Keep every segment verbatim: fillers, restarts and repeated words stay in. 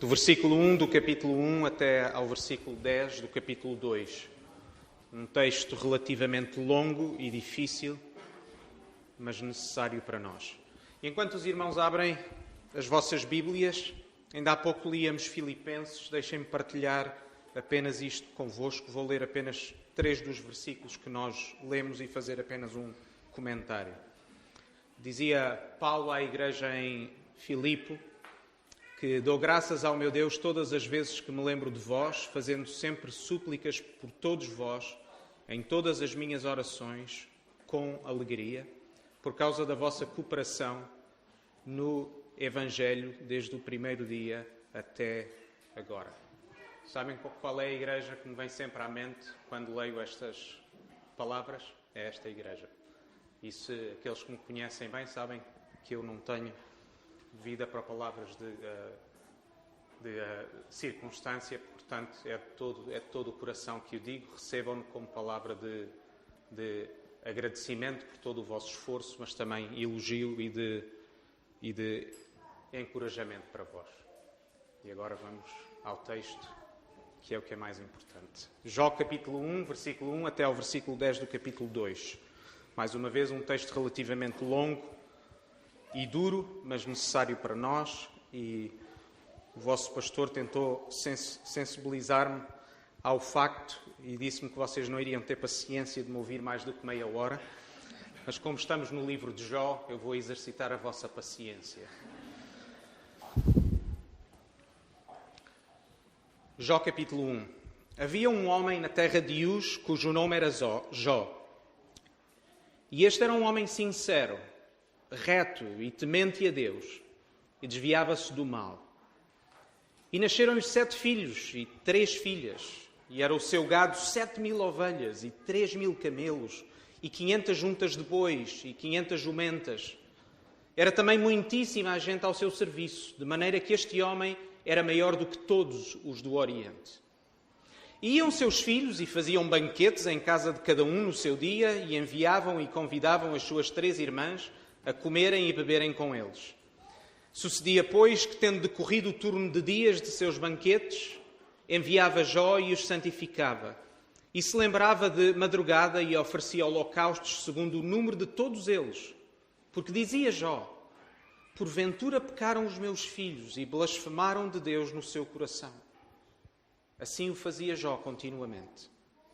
do versículo um do capítulo um até ao versículo dez do capítulo dois. Um texto relativamente longo e difícil, mas necessário para nós. E enquanto os irmãos abrem as vossas Bíblias, ainda há pouco líamos Filipenses, deixem-me partilhar apenas isto convosco. Vou ler apenas três dos versículos que nós lemos e fazer apenas um comentário. Dizia Paulo à igreja em Filipe que dou graças ao meu Deus todas as vezes que me lembro de vós, fazendo sempre súplicas por todos vós, em todas as minhas orações, com alegria, por causa da vossa cooperação no Evangelho, desde o primeiro dia até agora. Sabem qual é a igreja que me vem sempre à mente quando leio estas palavras? É esta igreja. E se aqueles que me conhecem bem sabem que eu não tenho vida para palavras de, de uh, circunstância, portanto é de, todo, é de todo o coração que o digo. Recebam-no como palavra de, de agradecimento por todo o vosso esforço, mas também elogio e de, e de encorajamento para vós. E agora vamos ao texto, que é o que é mais importante. Jó capítulo um, versículo um até ao versículo dez do capítulo dois. Mais uma vez um texto relativamente longo e duro, mas necessário para nós, e o vosso pastor tentou sens- sensibilizar-me ao facto e disse-me que vocês não iriam ter paciência de me ouvir mais do que meia hora, mas como estamos no livro de Jó, eu vou exercitar a vossa paciência. Jó capítulo um. Havia um homem na terra de Uz, cujo nome era Jó. E este era um homem sincero, reto e temente a Deus, e desviava-se do mal. E nasceram-lhe sete filhos e três filhas, e era o seu gado sete mil ovelhas e três mil camelos, e quinhentas juntas de bois e quinhentas jumentas. Era também muitíssima a gente ao seu serviço, de maneira que este homem era maior do que todos os do Oriente. E iam seus filhos e faziam banquetes em casa de cada um no seu dia, e enviavam e convidavam as suas três irmãs a comerem e beberem com eles. Sucedia, pois, que, tendo decorrido o turno de dias de seus banquetes, enviava Jó e os santificava, e se lembrava de madrugada e oferecia holocaustos segundo o número de todos eles. Porque dizia Jó: porventura pecaram os meus filhos e blasfemaram de Deus no seu coração. Assim o fazia Jó continuamente.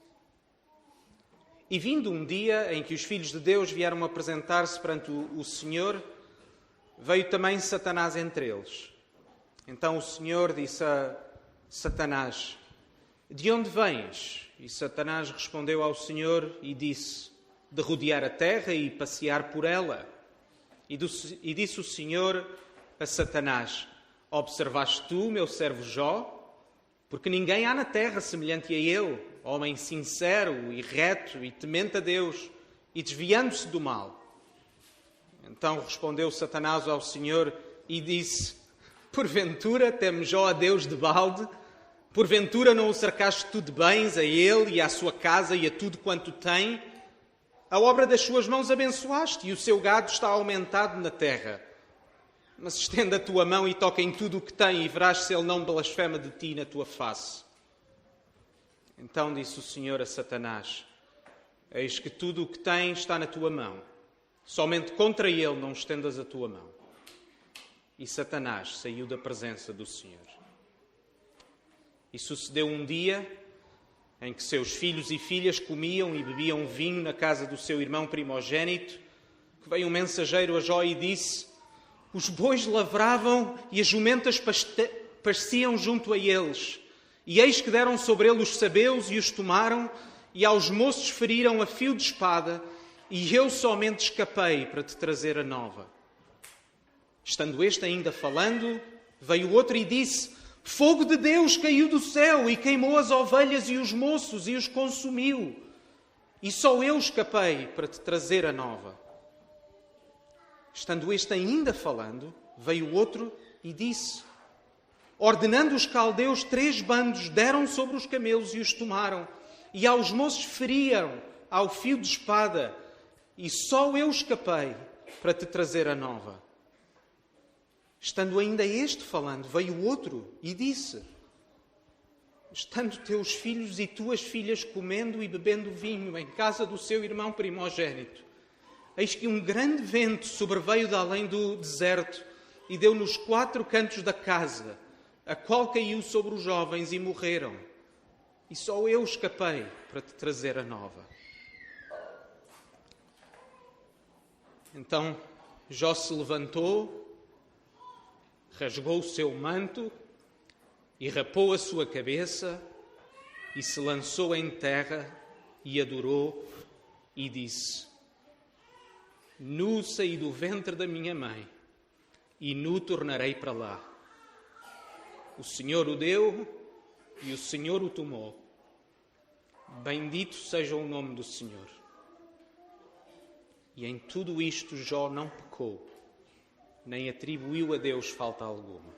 E vindo um dia em que os filhos de Deus vieram apresentar-se perante o Senhor, veio também Satanás entre eles. Então o Senhor disse a Satanás: de onde vens? E Satanás respondeu ao Senhor e disse: de rodear a terra e passear por ela. E, do, e disse o Senhor a Satanás: observaste tu, meu servo Jó? Porque ninguém há na terra semelhante a ele, homem sincero e reto e temente a Deus, e desviando-se do mal. Então respondeu Satanás ao Senhor e disse: porventura teme Jó a Deus de balde? Porventura não o cercaste tu de bens a ele e à sua casa e a tudo quanto tem? A obra das suas mãos abençoaste, e o seu gado está aumentado na terra. Mas estenda a tua mão e toca em tudo o que tem, e verás se ele não blasfema de ti na tua face. Então disse o Senhor a Satanás: eis que tudo o que tem está na tua mão. Somente contra ele não estendas a tua mão. E Satanás saiu da presença do Senhor. E sucedeu um dia em que seus filhos e filhas comiam e bebiam vinho na casa do seu irmão primogênito, que veio um mensageiro a Jó e disse: os bois lavravam e as jumentas paste- pasciam junto a eles. E eis que deram sobre ele os sabeus e os tomaram, e aos moços feriram a fio de espada, e eu somente escapei para te trazer a nova. Estando este ainda falando, veio outro e disse: fogo de Deus caiu do céu e queimou as ovelhas e os moços e os consumiu. E só eu escapei para te trazer a nova. Estando este ainda falando, veio outro e disse: ordenando os caldeus, três bandos deram sobre os camelos e os tomaram, e aos moços feriam ao fio de espada, e só eu escapei para te trazer a nova. Estando ainda este falando, veio outro e disse: estando teus filhos e tuas filhas comendo e bebendo vinho em casa do seu irmão primogênito, eis que um grande vento sobreveio de além do deserto e deu nos quatro cantos da casa, a qual caiu sobre os jovens e morreram. E só eu escapei para te trazer a nova. Então Jó se levantou, rasgou o seu manto e rapou a sua cabeça e se lançou em terra e adorou e disse: nu saí do ventre da minha mãe e nu tornarei para lá. O Senhor o deu e o Senhor o tomou. Bendito seja o nome do Senhor. E em tudo isto Jó não pecou, nem atribuiu a Deus falta alguma.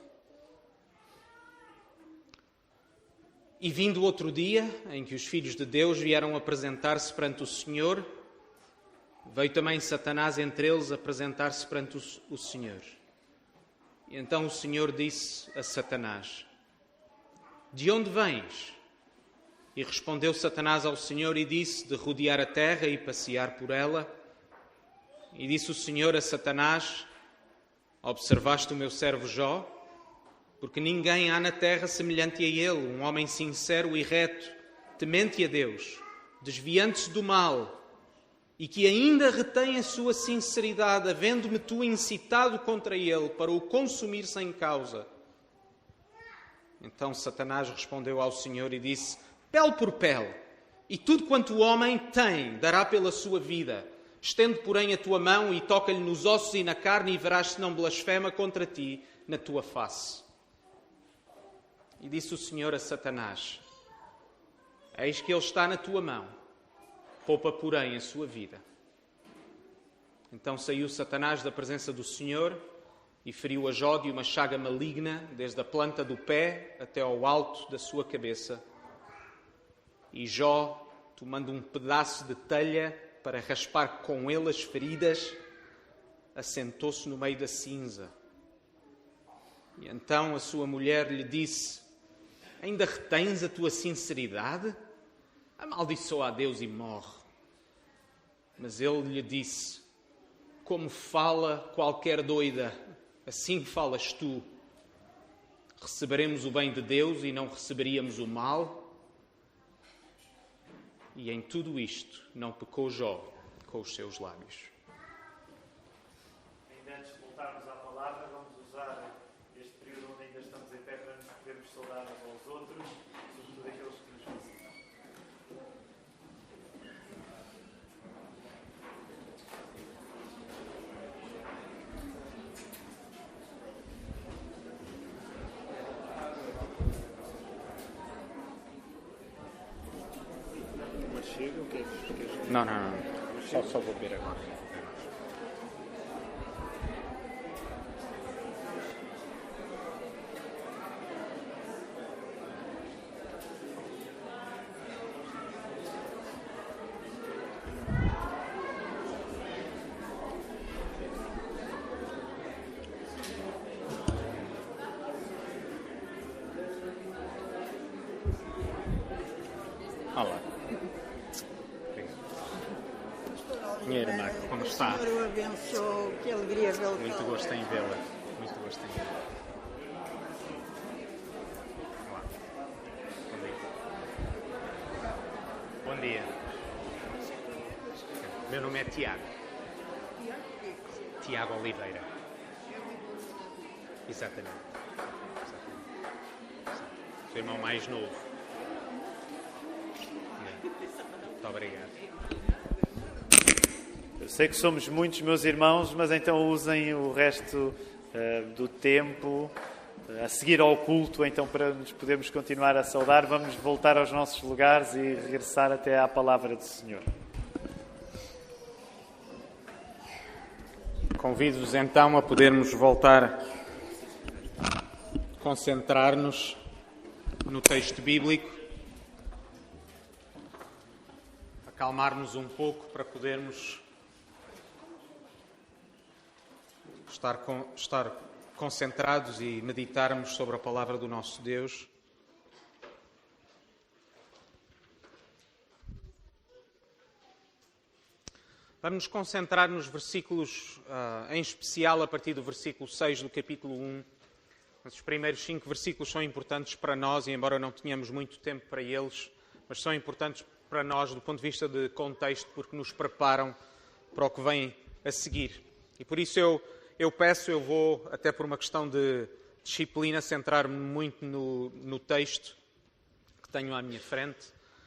E vindo outro dia, em que os filhos de Deus vieram apresentar-se perante o Senhor, veio também Satanás entre eles apresentar-se perante o Senhor. E então o Senhor disse a Satanás: de onde vens? E respondeu Satanás ao Senhor e disse: de rodear a terra e passear por ela. E disse o Senhor a Satanás: observaste o meu servo Jó? Porque ninguém há na terra semelhante a ele, um homem sincero e reto, temente a Deus, desviante-se do mal, e que ainda retém a sua sinceridade, havendo-me tu incitado contra ele para o consumir sem causa. Então Satanás respondeu ao Senhor e disse: pele por pele, e tudo quanto o homem tem dará pela sua vida. Estende, porém, a tua mão e toca-lhe nos ossos e na carne, e verás se não blasfema contra ti na tua face. E disse o Senhor a Satanás: eis que ele está na tua mão, poupa, porém, a sua vida. Então saiu Satanás da presença do Senhor e feriu a Jó de uma chaga maligna, desde a planta do pé até ao alto da sua cabeça. E Jó, tomando um pedaço de telha para raspar com ele as feridas, assentou-se no meio da cinza. E então a sua mulher lhe disse: ainda retens a tua sinceridade? Amaldiçoa a Deus e morre. Mas ele lhe disse: como fala qualquer doida, assim falas tu. Receberemos o bem de Deus e não receberíamos o mal? E em tudo isto não pecou Jó com os seus lábios. Ainda antes de voltarmos à palavra, vamos usar este período onde ainda estamos em pé para nos podermos saudar uns aos outros, sobretudo aqueles que nos visitam. Mas chega, o que é que queres? Não, não, não. Só, só vou ver agora. Olá. Minha irmã, como está? O Senhor o abençoe, que alegria vê-lo. Muito gosto em vê-la. Muito gosto em vê-la. Olá. Bom dia. Bom dia. Meu nome é Tiago. Tiago Oliveira. Exatamente. Exatamente. Sou irmão mais novo. Muito obrigado. Eu sei que somos muitos, meus irmãos, mas então usem o resto uh, do tempo uh, a seguir ao culto, então, para nos podermos continuar a saudar. Vamos voltar aos nossos lugares e regressar até à palavra do Senhor. Convido-vos então a podermos voltar a concentrar-nos no texto bíblico, acalmar-nos um pouco para podermos estar, com, estar concentrados e meditarmos sobre a palavra do nosso Deus. Vamos nos concentrar nos versículos, uh, em especial a partir do versículo seis do capítulo um. Os primeiros cinco versículos são importantes para nós, e embora não tenhamos muito tempo para eles, mas são importantes para nós do ponto de vista de contexto, porque nos preparam para o que vem a seguir. E por isso eu, eu peço, eu vou, até por uma questão de disciplina, centrar-me muito no, no texto que tenho à minha frente.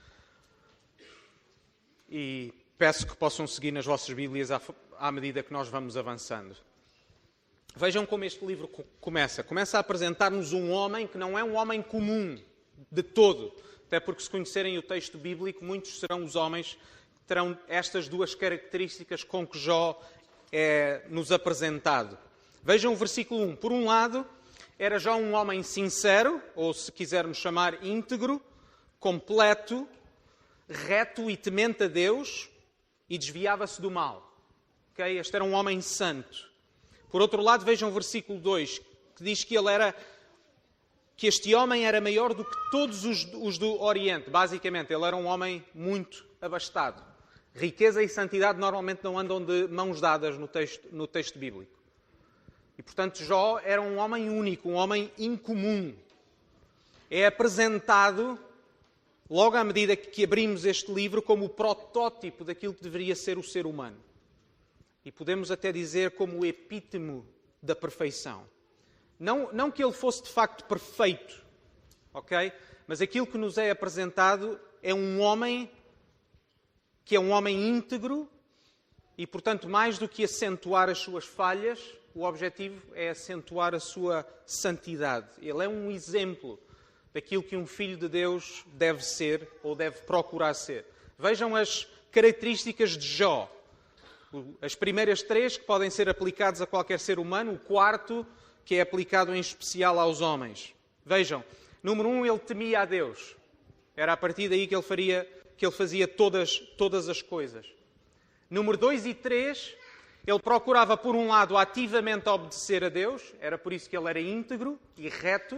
E peço que possam seguir nas vossas Bíblias à, à medida que nós vamos avançando. Vejam como este livro começa. Começa a apresentar-nos um homem que não é um homem comum de todo. Até porque, se conhecerem o texto bíblico, muitos serão os homens que terão estas duas características com que Jó é nos apresentado. Vejam o versículo um. Por um lado, era Jó um homem sincero, ou se quisermos chamar íntegro, completo, reto e temente a Deus, e desviava-se do mal. Okay? Este era um homem santo. Por outro lado, vejam o versículo dois, que diz que ele era, que este homem era maior do que todos os, os do Oriente. Basicamente, ele era um homem muito abastado. Riqueza e santidade normalmente não andam de mãos dadas no texto, no texto bíblico. E, portanto, Jó era um homem único, um homem incomum. É apresentado, logo à medida que abrimos este livro, como o protótipo daquilo que deveria ser o ser humano. E podemos até dizer como o epítemo da perfeição. Não, não que ele fosse de facto perfeito, ok? Mas aquilo que nos é apresentado é um homem que é um homem íntegro e, portanto, mais do que acentuar as suas falhas, o objetivo é acentuar a sua santidade. Ele é um exemplo daquilo que um filho de Deus deve ser ou deve procurar ser. Vejam as características de Jó. As primeiras três que podem ser aplicadas a qualquer ser humano, o quarto que é aplicado em especial aos homens. Vejam, número um, ele temia a Deus. Era a partir daí que ele, faria, que ele fazia todas, todas as coisas. Número dois e três, ele procurava, por um lado, ativamente obedecer a Deus. Era por isso que ele era íntegro e reto.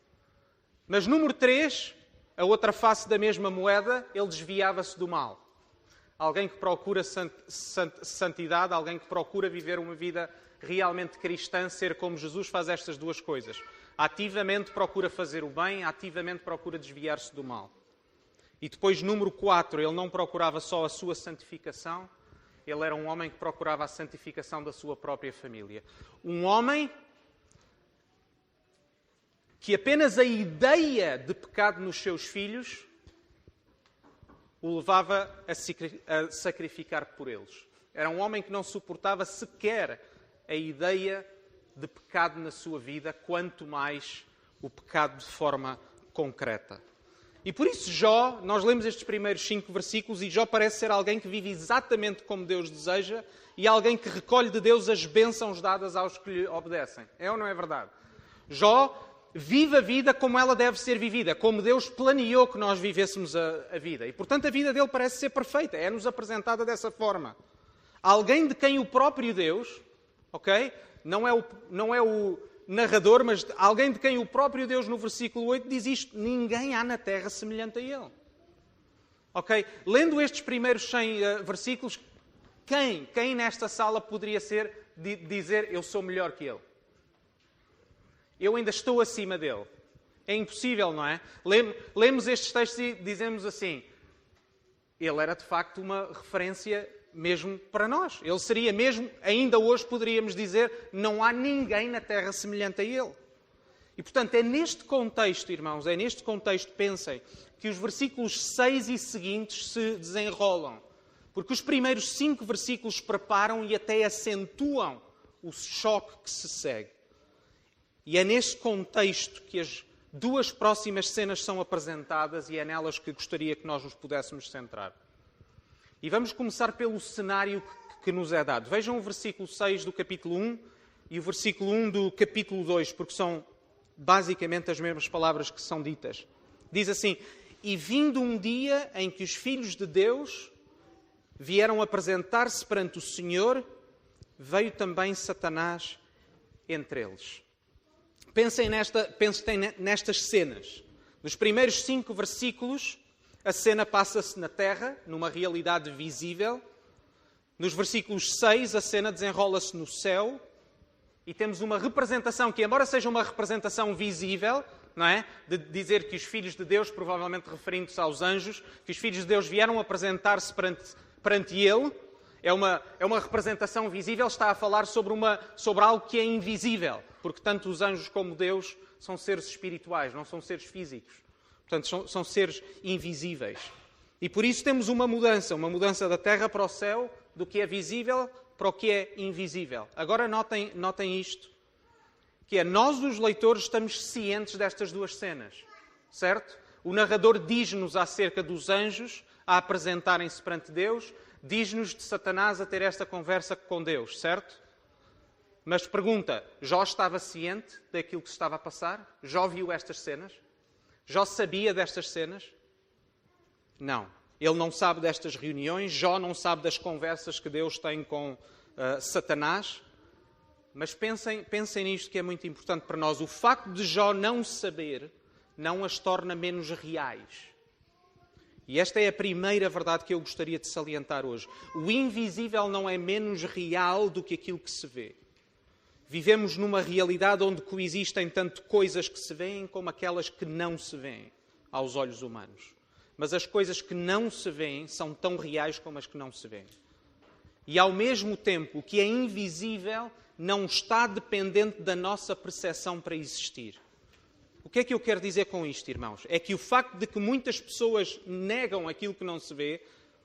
Mas número três, a outra face da mesma moeda, ele desviava-se do mal. Alguém que procura santidade, alguém que procura viver uma vida realmente cristã, ser como Jesus, faz estas duas coisas. Ativamente procura fazer o bem, ativamente procura desviar-se do mal. E depois, número quatro, ele não procurava só a sua santificação, ele era um homem que procurava a santificação da sua própria família. Um homem que apenas a ideia de pecado nos seus filhos o levava a sacrificar por eles. Era um homem que não suportava sequer a ideia de pecado na sua vida, quanto mais o pecado de forma concreta. E por isso Jó, nós lemos estes primeiros cinco versículos e Jó parece ser alguém que vive exatamente como Deus deseja e alguém que recolhe de Deus as bênçãos dadas aos que lhe obedecem. É ou não é verdade? Jó vive a vida como ela deve ser vivida, como Deus planeou que nós vivêssemos a, a vida. E, portanto, a vida dele parece ser perfeita. É-nos apresentada dessa forma. Alguém de quem o próprio Deus, ok? Não é o, não é o narrador, mas alguém de quem o próprio Deus, no versículo oito, diz isto: ninguém há na terra semelhante a ele. Ok? Lendo estes primeiros cem uh, versículos, quem, quem nesta sala poderia ser, de, dizer, eu sou melhor que ele? Eu ainda estou acima dele. É impossível, não é? Lemos estes textos e dizemos assim, ele era de facto uma referência mesmo para nós. Ele seria mesmo, ainda hoje poderíamos dizer, não há ninguém na terra semelhante a ele. E portanto é neste contexto, irmãos, é neste contexto, pensem, que os versículos seis e seguintes se desenrolam. Porque os primeiros cinco versículos preparam e até acentuam o choque que se segue. E é neste contexto que as duas próximas cenas são apresentadas e é nelas que gostaria que nós nos pudéssemos centrar. E vamos começar pelo cenário que, que nos é dado. Vejam o versículo seis do capítulo um e o versículo um do capítulo dois, porque são basicamente as mesmas palavras que são ditas. Diz assim, e vindo um dia em que os filhos de Deus vieram apresentar-se perante o Senhor, veio também Satanás entre eles. Pensem, nesta, pensem nestas cenas. Nos primeiros cinco versículos, a cena passa-se na terra, numa realidade visível. Nos versículos seis, a cena desenrola-se no céu. E temos uma representação que, embora seja uma representação visível, não é? De dizer que os filhos de Deus, provavelmente referindo-se aos anjos, que os filhos de Deus vieram apresentar-se perante, perante Ele, é uma, é uma representação visível, está a falar sobre, uma, sobre algo que é invisível, porque tanto os anjos como Deus são seres espirituais, não são seres físicos. Portanto, são, são seres invisíveis. E por isso temos uma mudança, uma mudança da terra para o céu, do que é visível para o que é invisível. Agora notem, notem isto, que é nós, os leitores, estamos cientes destas duas cenas, certo? O narrador diz-nos acerca dos anjos a apresentarem-se perante Deus, diz-nos de Satanás a ter esta conversa com Deus, certo? Mas pergunta, Jó estava ciente daquilo que se estava a passar? Jó viu estas cenas? Jó sabia destas cenas? Não. Ele não sabe destas reuniões, Jó não sabe das conversas que Deus tem com uh, Satanás. Mas pensem, pensem nisto que é muito importante para nós. O facto de Jó não saber não as torna menos reais. E esta é a primeira verdade que eu gostaria de salientar hoje. O invisível não é menos real do que aquilo que se vê. Vivemos numa realidade onde coexistem tanto coisas que se veem como aquelas que não se veem aos olhos humanos. Mas as coisas que não se veem são tão reais como as que não se veem. E ao mesmo tempo, o que é invisível não está dependente da nossa percepção para existir. O que é que eu quero dizer com isto, irmãos? É que o facto de que muitas pessoas negam aquilo que não se vê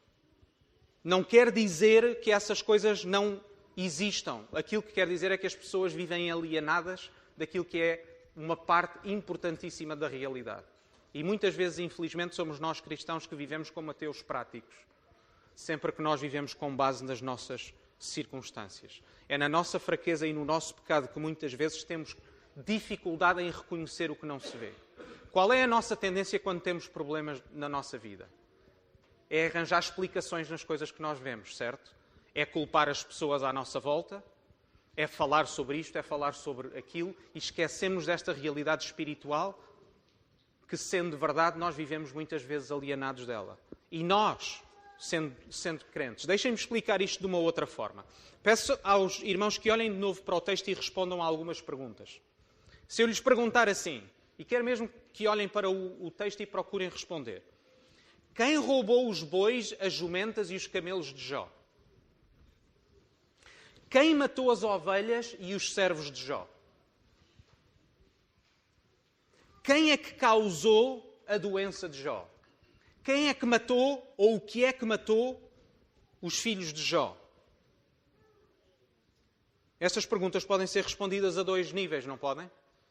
não quer dizer que essas coisas não existam. Aquilo que quer dizer é que as pessoas vivem alienadas daquilo que é uma parte importantíssima da realidade. E muitas vezes, infelizmente, somos nós cristãos que vivemos como ateus práticos. Sempre que nós vivemos com base nas nossas circunstâncias. É na nossa fraqueza e no nosso pecado que muitas vezes temos dificuldade em reconhecer o que não se vê. Qual é a nossa tendência quando temos problemas na nossa vida? É arranjar explicações nas coisas que nós vemos, certo? É culpar as pessoas à nossa volta, é falar sobre isto, é falar sobre aquilo e esquecemos desta realidade espiritual que, sendo verdade, nós vivemos muitas vezes alienados dela. E nós, sendo, sendo crentes, deixem-me explicar isto de uma outra forma. Peço aos irmãos que olhem de novo para o texto e respondam a algumas perguntas. Se eu lhes perguntar assim, e quero mesmo que olhem para o, o texto e procurem responder. Quem roubou os bois, as jumentas e os camelos de Jó? Quem matou as ovelhas e os servos de Jó? Quem é que causou a doença de Jó? Quem é que matou, ou o que é que matou, os filhos de Jó? Estas perguntas podem ser respondidas a dois níveis, não podem?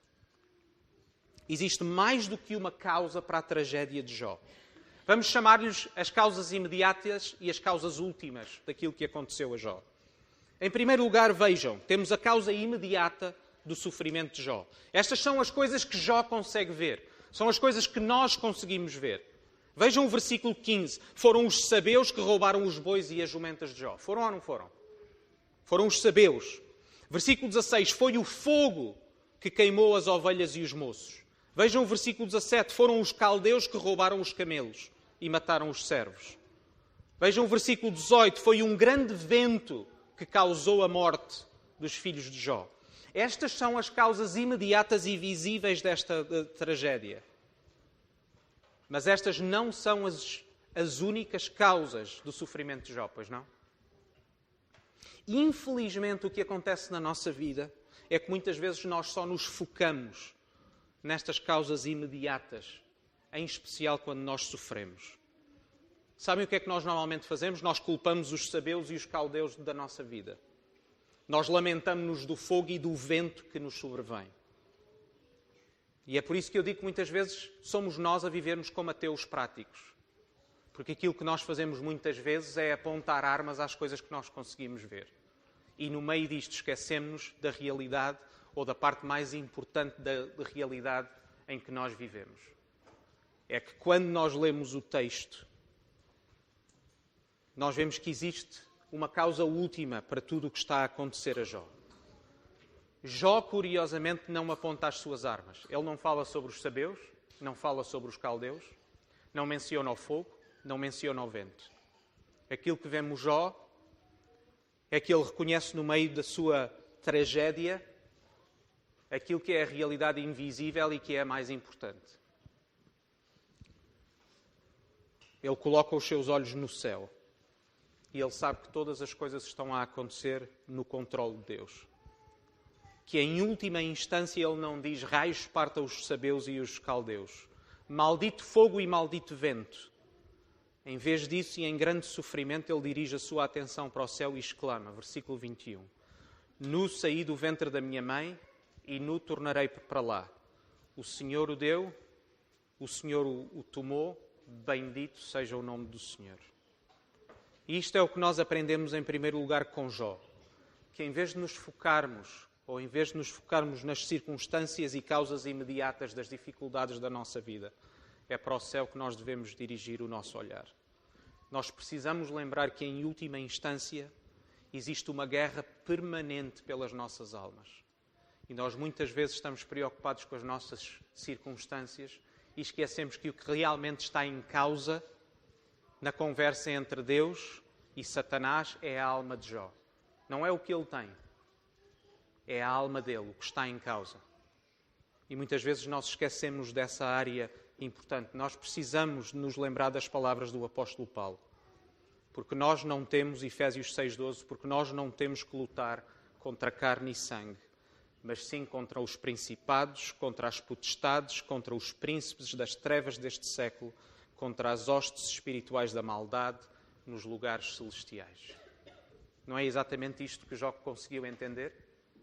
Existe mais do que uma causa para a tragédia de Jó. Vamos chamar-lhes as causas imediatas e as causas últimas daquilo que aconteceu a Jó. Em primeiro lugar, vejam, temos a causa imediata do sofrimento de Jó. Estas são as coisas que Jó consegue ver. São as coisas que nós conseguimos ver. Vejam o versículo quinze. Foram os sabeus que roubaram os bois e as jumentas de Jó. Foram ou não foram? Foram os sabeus. Versículo dezasseis. Foi o fogo que queimou as ovelhas e os moços. Vejam o versículo dezassete. Foram os caldeus que roubaram os camelos e mataram os servos. Vejam o versículo dezoito. Foi um grande vento que causou a morte dos filhos de Jó. Estas são as causas imediatas e visíveis desta uh, tragédia. Mas estas não são as, as únicas causas do sofrimento de Jó, pois não? Infelizmente, o que acontece na nossa vida é que muitas vezes nós só nos focamos nestas causas imediatas, em especial quando nós sofremos. Sabem o que é que nós normalmente fazemos? Nós culpamos os sabeus e os caldeus da nossa vida. Nós lamentamos-nos do fogo e do vento que nos sobrevém. E é por isso que eu digo que muitas vezes somos nós a vivermos como ateus práticos. Porque aquilo que nós fazemos muitas vezes é apontar armas às coisas que nós conseguimos ver. E no meio disto esquecemos-nos da realidade ou da parte mais importante da, da realidade em que nós vivemos. É que quando nós lemos o texto, nós vemos que existe uma causa última para tudo o que está a acontecer a Jó. Jó, curiosamente, não aponta as suas armas. Ele não fala sobre os sabeus, não fala sobre os caldeus, não menciona o fogo, não menciona o vento. Aquilo que vemos Jó é que ele reconhece no meio da sua tragédia aquilo que é a realidade invisível e que é a mais importante. Ele coloca os seus olhos no céu e ele sabe que todas as coisas estão a acontecer no controle de Deus. Que em última instância ele não diz raios parta os sabeus e os caldeus. Maldito fogo e maldito vento. Em vez disso, e em grande sofrimento, ele dirige a sua atenção para o céu e exclama, versículo vinte e um, nu saí do ventre da minha mãe e nu tornarei para lá. O Senhor o deu, o Senhor o tomou, bendito seja o nome do Senhor. E isto é o que nós aprendemos em primeiro lugar com Jó. Que em vez de nos focarmos, ou em vez de nos focarmos nas circunstâncias e causas imediatas das dificuldades da nossa vida, é para o céu que nós devemos dirigir o nosso olhar. Nós precisamos lembrar que, em última instância, existe uma guerra permanente pelas nossas almas. E nós muitas vezes estamos preocupados com as nossas circunstâncias e esquecemos que o que realmente está em causa na conversa entre Deus e Satanás é a alma de Jó. Não é o que ele tem. É a alma dele, o que está em causa. E muitas vezes nós esquecemos dessa área importante. Nós precisamos nos lembrar das palavras do apóstolo Paulo. Porque nós não temos, Efésios seis, doze, porque nós não temos que lutar contra carne e sangue, mas sim contra os principados, contra as potestades, contra os príncipes das trevas deste século, contra as hostes espirituais da maldade nos lugares celestiais. Não é exatamente isto que Jó conseguiu entender?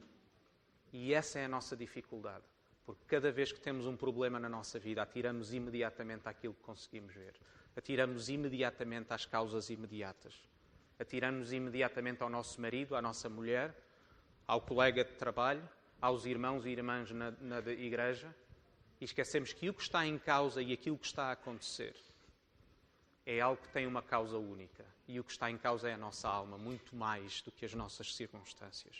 E essa é a nossa dificuldade. Porque cada vez que temos um problema na nossa vida, atiramos imediatamente àquilo que conseguimos ver. Atiramos imediatamente às causas imediatas. Atiramos imediatamente ao nosso marido, à nossa mulher, ao colega de trabalho, aos irmãos e irmãs na, na igreja, e esquecemos que o que está em causa e aquilo que está a acontecer é algo que tem uma causa única. E o que está em causa é a nossa alma, muito mais do que as nossas circunstâncias.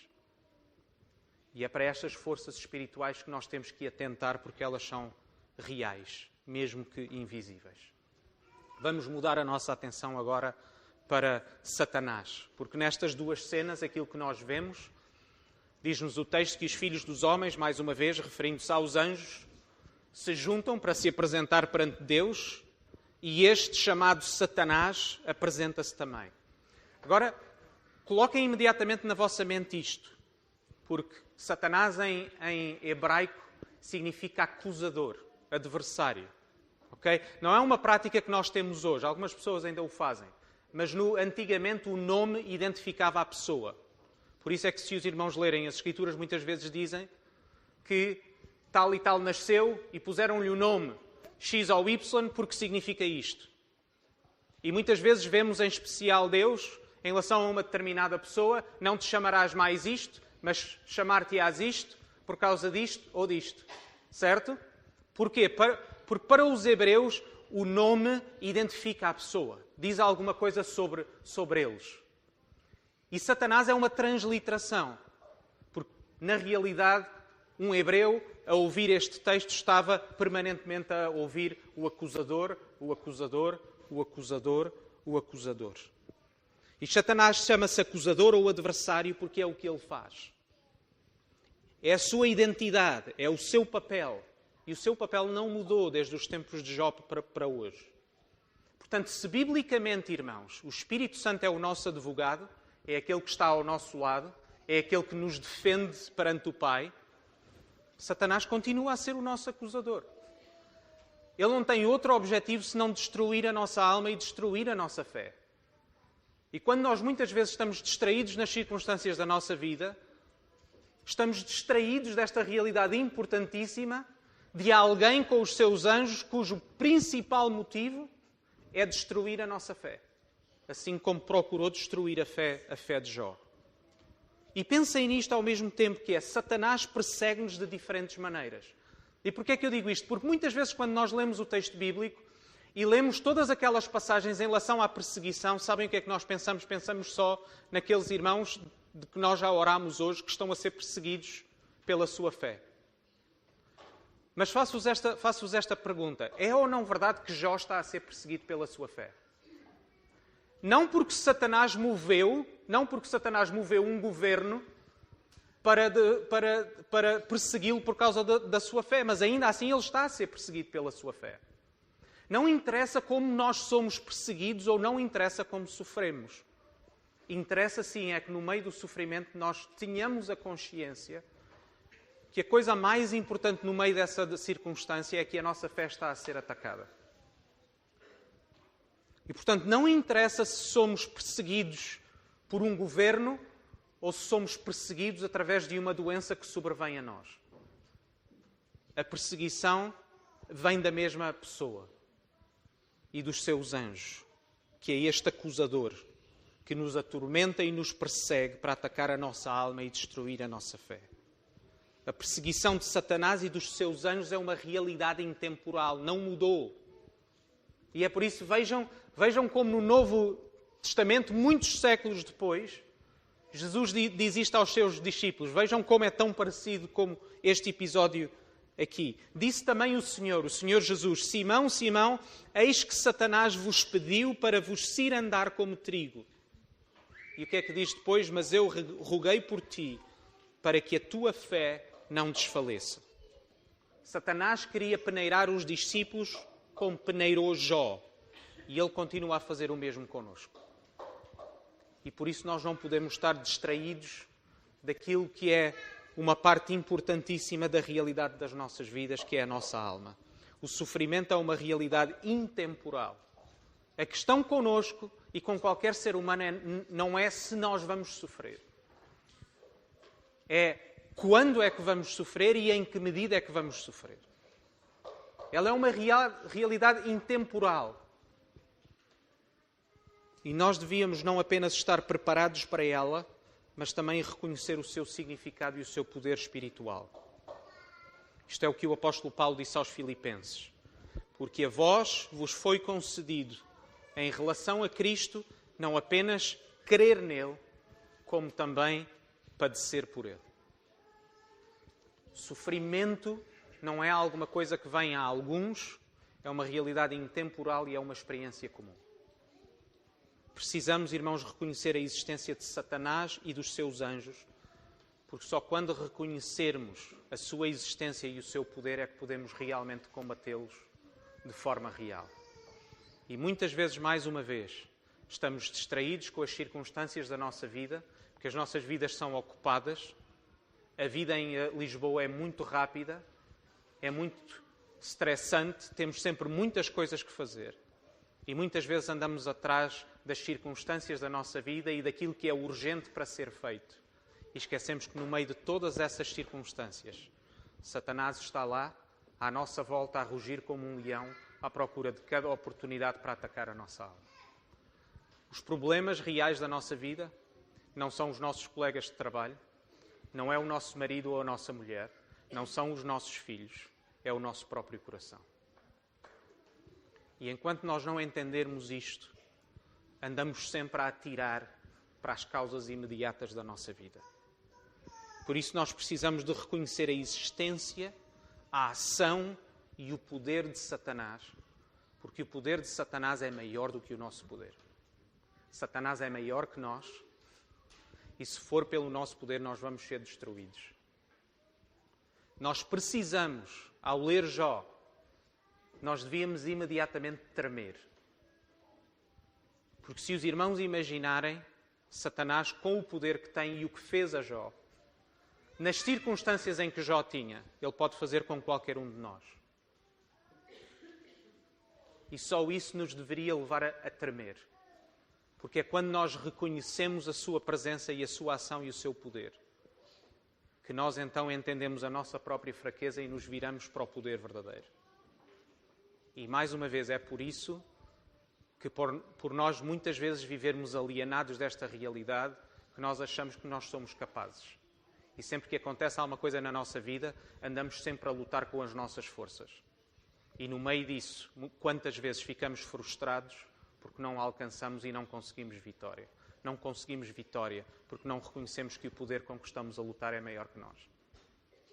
E é para estas forças espirituais que nós temos que atentar, porque elas são reais, mesmo que invisíveis. Vamos mudar a nossa atenção agora para Satanás, porque nestas duas cenas, aquilo que nós vemos, diz-nos o texto que os filhos dos homens, mais uma vez, referindo-se aos anjos, se juntam para se apresentar perante Deus e este, chamado Satanás, apresenta-se também. Agora, coloquem imediatamente na vossa mente isto, porque Satanás em, em hebraico significa acusador, adversário. Okay? Não é uma prática que nós temos hoje, algumas pessoas ainda o fazem, mas no, antigamente o nome identificava a pessoa. Por isso é que se os irmãos lerem as Escrituras, muitas vezes dizem que tal e tal nasceu e puseram-lhe o nome X ou Y porque significa isto. E muitas vezes vemos em especial Deus, em relação a uma determinada pessoa, não te chamarás mais isto, mas chamar-te-ás isto por causa disto ou disto. Certo? Porquê? Para, porque para os hebreus o nome identifica a pessoa. Diz alguma coisa sobre, sobre eles. E Satanás é uma transliteração. Porque, na realidade, um hebreu, a ouvir este texto, estava permanentemente a ouvir o acusador, o acusador, o acusador, o acusador. E Satanás chama-se acusador ou adversário porque é o que ele faz. É a sua identidade, é o seu papel. E o seu papel não mudou desde os tempos de Jó para, para hoje. Portanto, se biblicamente, irmãos, o Espírito Santo é o nosso advogado, é aquele que está ao nosso lado, é aquele que nos defende perante o Pai, Satanás continua a ser o nosso acusador. Ele não tem outro objetivo senão destruir a nossa alma e destruir a nossa fé. E quando nós muitas vezes estamos distraídos nas circunstâncias da nossa vida, estamos distraídos desta realidade importantíssima de alguém com os seus anjos cujo principal motivo é destruir a nossa fé. Assim como procurou destruir a fé, a fé de Jó. E pensem nisto ao mesmo tempo, que é Satanás persegue-nos de diferentes maneiras. E porquê é que eu digo isto? Porque muitas vezes quando nós lemos o texto bíblico e lemos todas aquelas passagens em relação à perseguição, sabem o que é que nós pensamos? Pensamos só naqueles irmãos de que nós já orámos hoje, que estão a ser perseguidos pela sua fé. Mas faço-vos esta, faço-vos esta pergunta. É ou não verdade que Jó está a ser perseguido pela sua fé? Não porque Satanás moveu, não porque Satanás moveu um governo para, de, para, para persegui-lo por causa de, da sua fé, mas ainda assim ele está a ser perseguido pela sua fé. Não interessa como nós somos perseguidos ou não interessa como sofremos. Interessa sim é que no meio do sofrimento nós tenhamos a consciência que a coisa mais importante no meio dessa circunstância é que a nossa fé está a ser atacada. E, portanto, não interessa se somos perseguidos por um governo ou se somos perseguidos através de uma doença que sobrevém a nós. A perseguição vem da mesma pessoa e dos seus anjos, que é este acusador que nos atormenta e nos persegue para atacar a nossa alma e destruir a nossa fé. A perseguição de Satanás e dos seus anjos é uma realidade intemporal, não mudou. E é por isso, vejam, vejam como no Novo Testamento, muitos séculos depois, Jesus diz isto aos seus discípulos. Vejam como é tão parecido como este episódio aqui. Disse também o Senhor, o Senhor Jesus: Simão, Simão, eis que Satanás vos pediu para vos cirandar como trigo. E o que é que diz depois? Mas eu roguei por ti, para que a tua fé não desfaleça. Satanás queria peneirar os discípulos como peneirou Jó. E ele continua a fazer o mesmo connosco. E por isso nós não podemos estar distraídos daquilo que é uma parte importantíssima da realidade das nossas vidas, que é a nossa alma. O sofrimento é uma realidade intemporal. A questão connosco e com qualquer ser humano é, não é se nós vamos sofrer. É quando é que vamos sofrer e em que medida é que vamos sofrer. Ela é uma real, realidade intemporal. E nós devíamos não apenas estar preparados para ela, mas também reconhecer o seu significado e o seu poder espiritual. Isto é o que o apóstolo Paulo disse aos Filipenses. Porque a vós vos foi concedido, em relação a Cristo, não apenas crer nele, como também padecer por ele. Sofrimento não é alguma coisa que vem a alguns, é uma realidade intemporal e é uma experiência comum. Precisamos, irmãos, reconhecer a existência de Satanás e dos seus anjos, porque só quando reconhecermos a sua existência e o seu poder é que podemos realmente combatê-los de forma real. E muitas vezes, mais uma vez, estamos distraídos com as circunstâncias da nossa vida, porque as nossas vidas são ocupadas, a vida em Lisboa é muito rápida, é muito estressante, temos sempre muitas coisas que fazer. E muitas vezes andamos atrás das circunstâncias da nossa vida e daquilo que é urgente para ser feito. E esquecemos que no meio de todas essas circunstâncias, Satanás está lá, à nossa volta, a rugir como um leão, à procura de cada oportunidade para atacar a nossa alma. Os problemas reais da nossa vida não são os nossos colegas de trabalho, não é o nosso marido ou a nossa mulher, não são os nossos filhos, é o nosso próprio coração. E enquanto nós não entendermos isto, andamos sempre a atirar para as causas imediatas da nossa vida. Por isso nós precisamos de reconhecer a existência, a ação e o poder de Satanás, porque o poder de Satanás é maior do que o nosso poder. Satanás é maior que nós e se for pelo nosso poder nós vamos ser destruídos. Nós precisamos, ao ler Jó, nós devíamos imediatamente tremer. Porque se os irmãos imaginarem Satanás com o poder que tem e o que fez a Jó, nas circunstâncias em que Jó tinha, ele pode fazer com qualquer um de nós. E só isso nos deveria levar a, a tremer. Porque é quando nós reconhecemos a sua presença e a sua ação e o seu poder, que nós então entendemos a nossa própria fraqueza e nos viramos para o poder verdadeiro. E mais uma vez é por isso que por, por nós muitas vezes vivermos alienados desta realidade, que nós achamos que nós somos capazes. E sempre que acontece alguma coisa na nossa vida, andamos sempre a lutar com as nossas forças. E no meio disso, quantas vezes ficamos frustrados porque não alcançamos e não conseguimos vitória. Não conseguimos vitória porque não reconhecemos que o poder com que estamos a lutar é maior que nós.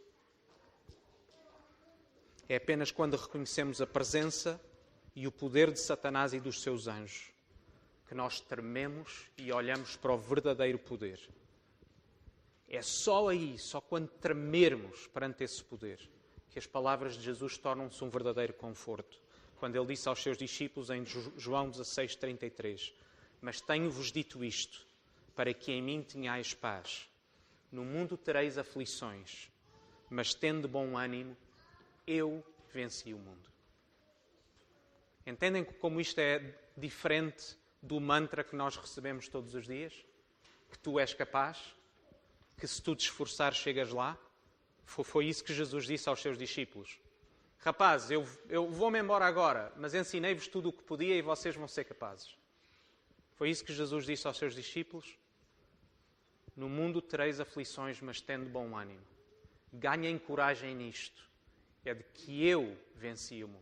É apenas quando reconhecemos a presença e o poder de Satanás e dos seus anjos que nós trememos e olhamos para o verdadeiro poder. É só aí, só quando tremermos perante esse poder, que as palavras de Jesus tornam-se um verdadeiro conforto. Quando ele disse aos seus discípulos em João dezasseis, trinta e três, mas tenho-vos dito isto, para que em mim tenhais paz. No mundo tereis aflições, mas tende bom ânimo, eu venci o mundo. Entendem como isto é diferente do mantra que nós recebemos todos os dias? Que tu és capaz, que se tu te esforçares chegas lá? Foi isso que Jesus disse aos seus discípulos. Rapazes, eu, eu vou-me embora agora, mas ensinei-vos tudo o que podia e vocês vão ser capazes. Foi isso que Jesus disse aos seus discípulos. No mundo tereis aflições, mas tende bom ânimo. Ganhem coragem nisto. É de que eu venci o mundo.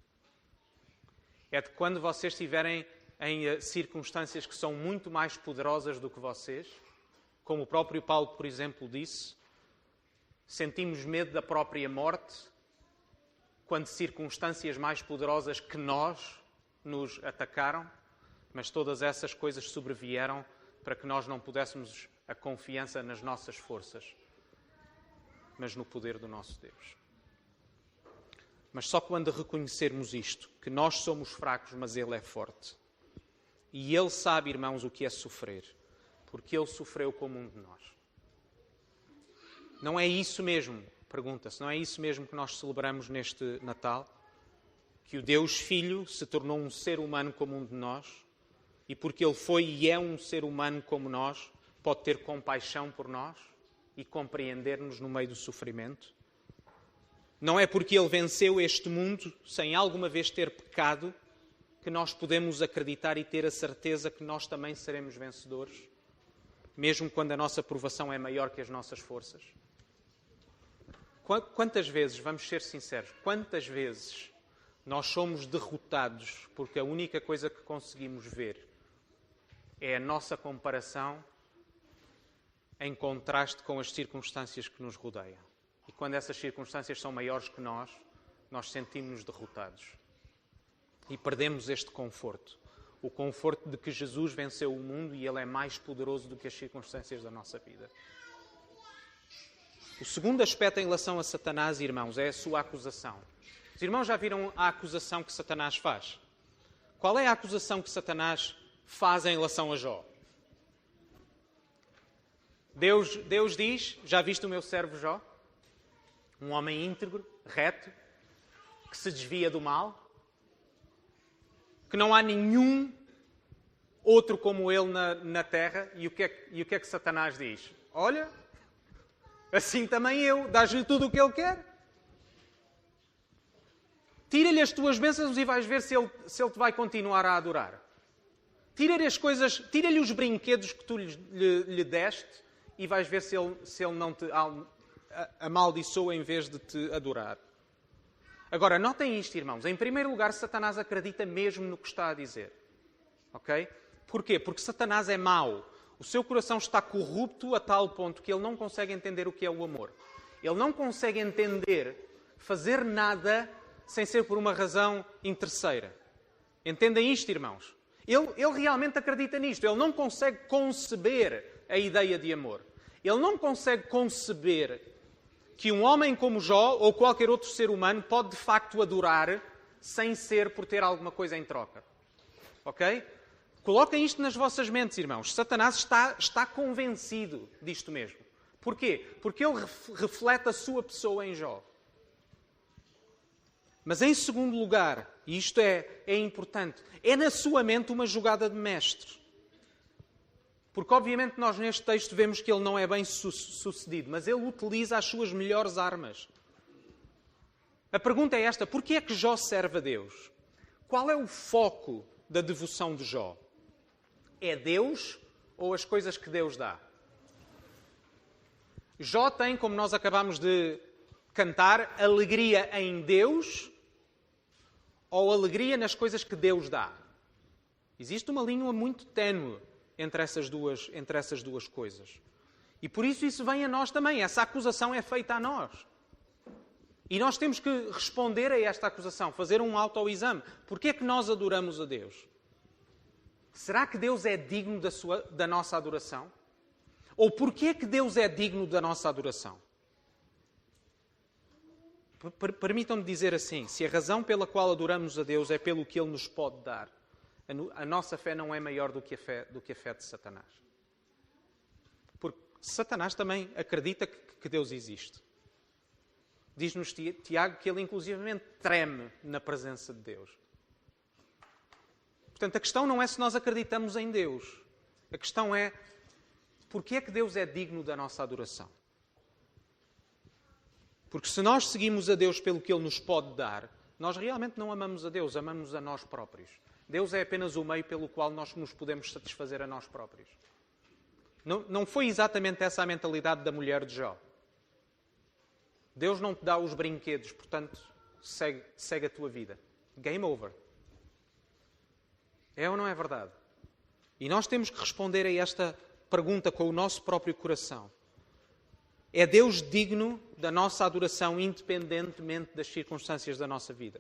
É de quando vocês estiverem em circunstâncias que são muito mais poderosas do que vocês, como o próprio Paulo, por exemplo, disse, sentimos medo da própria morte, quando circunstâncias mais poderosas que nós nos atacaram, mas todas essas coisas sobrevieram para que nós não pudéssemos a confiança nas nossas forças, mas no poder do nosso Deus. Mas só quando reconhecermos isto, que nós somos fracos, mas Ele é forte. E Ele sabe, irmãos, o que é sofrer, porque Ele sofreu como um de nós. Não é isso mesmo, pergunta-se, não é isso mesmo que nós celebramos neste Natal? Que o Deus Filho se tornou um ser humano como um de nós, e porque Ele foi e é um ser humano como nós, pode ter compaixão por nós e compreender-nos no meio do sofrimento? Não é porque Ele venceu este mundo sem alguma vez ter pecado que nós podemos acreditar e ter a certeza que nós também seremos vencedores, mesmo quando a nossa provação é maior que as nossas forças? Quantas vezes, vamos ser sinceros, quantas vezes nós somos derrotados porque a única coisa que conseguimos ver é a nossa comparação em contraste com as circunstâncias que nos rodeiam. E quando essas circunstâncias são maiores que nós, nós sentimos-nos derrotados. E perdemos este conforto. O conforto de que Jesus venceu o mundo e Ele é mais poderoso do que as circunstâncias da nossa vida. O segundo aspecto em relação a Satanás, irmãos, é a sua acusação. Os irmãos já viram a acusação que Satanás faz? Qual é a acusação que Satanás faz em relação a Jó? Deus, Deus diz, já viste o meu servo Jó? Um homem íntegro, reto, que se desvia do mal, que não há nenhum outro como ele na, na terra. E o, que é, e o que é que Satanás diz? Olha, assim também eu, dás-lhe tudo o que ele quer. Tira-lhe as tuas bênçãos e vais ver se ele, se ele te vai continuar a adorar. Tira-lhe as coisas, tira-lhe os brinquedos que tu lhe, lhe, lhe deste e vais ver se ele, se ele não te amaldiçoa em vez de te adorar. Agora, notem isto, irmãos. Em primeiro lugar, Satanás acredita mesmo no que está a dizer. Ok? Porquê? Porque Satanás é mau. O seu coração está corrupto a tal ponto que ele não consegue entender o que é o amor. Ele não consegue entender fazer nada sem ser por uma razão interesseira. Entendem isto, irmãos? Ele, ele realmente acredita nisto. Ele não consegue conceber a ideia de amor. Ele não consegue conceber que um homem como Jó ou qualquer outro ser humano pode de facto adorar sem ser por ter alguma coisa em troca. Ok? Coloquem isto nas vossas mentes, irmãos. Satanás está, está convencido disto mesmo. Porquê? Porque ele reflete a sua pessoa em Jó. Mas em segundo lugar, e isto é, é importante, é na sua mente uma jogada de mestre. Porque obviamente nós neste texto vemos que ele não é bem sucedido, mas ele utiliza as suas melhores armas. A pergunta é esta: porquê é que Jó serve a Deus? Qual é o foco da devoção de Jó? É Deus ou as coisas que Deus dá? Jó tem, como nós acabamos de cantar, alegria em Deus ou alegria nas coisas que Deus dá? Existe uma linha muito ténue entre essas duas, entre essas duas coisas. E por isso isso vem a nós também. Essa acusação é feita a nós. E nós temos que responder a esta acusação, fazer um autoexame. Porquê é que nós adoramos a Deus? Será que Deus é digno da, sua, da nossa adoração? Ou porquê é que Deus é digno da nossa adoração? Permitam-me dizer assim, se a razão pela qual adoramos a Deus é pelo que Ele nos pode dar, a nossa fé não é maior do que a fé, do que a fé de Satanás. Porque Satanás também acredita que Deus existe. Diz-nos Tiago que ele inclusivamente treme na presença de Deus. Portanto, a questão não é se nós acreditamos em Deus. A questão é, porquê é que Deus é digno da nossa adoração? Porque se nós seguimos a Deus pelo que Ele nos pode dar, nós realmente não amamos a Deus, amamos a nós próprios. Deus é apenas o meio pelo qual nós nos podemos satisfazer a nós próprios. Não, não foi exatamente essa a mentalidade da mulher de Jó. Deus não te dá os brinquedos, portanto, segue, segue a tua vida. Game over. É ou não é verdade? E nós temos que responder a esta pergunta com o nosso próprio coração. É Deus digno da nossa adoração, independentemente das circunstâncias da nossa vida?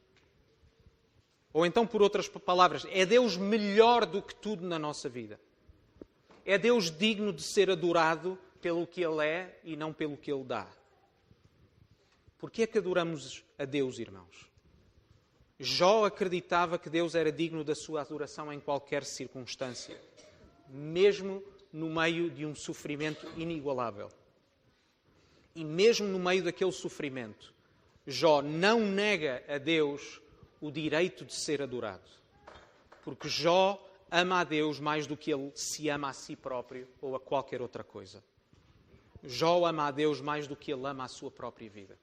Ou então, por outras palavras, é Deus melhor do que tudo na nossa vida? É Deus digno de ser adorado pelo que Ele é e não pelo que Ele dá? Porquê é que adoramos a Deus, irmãos? Jó acreditava que Deus era digno da sua adoração em qualquer circunstância, mesmo no meio de um sofrimento inigualável. E mesmo no meio daquele sofrimento, Jó não nega a Deus o direito de ser adorado. Porque Jó ama a Deus mais do que ele se ama a si próprio ou a qualquer outra coisa. Jó ama a Deus mais do que ele ama a sua própria vida.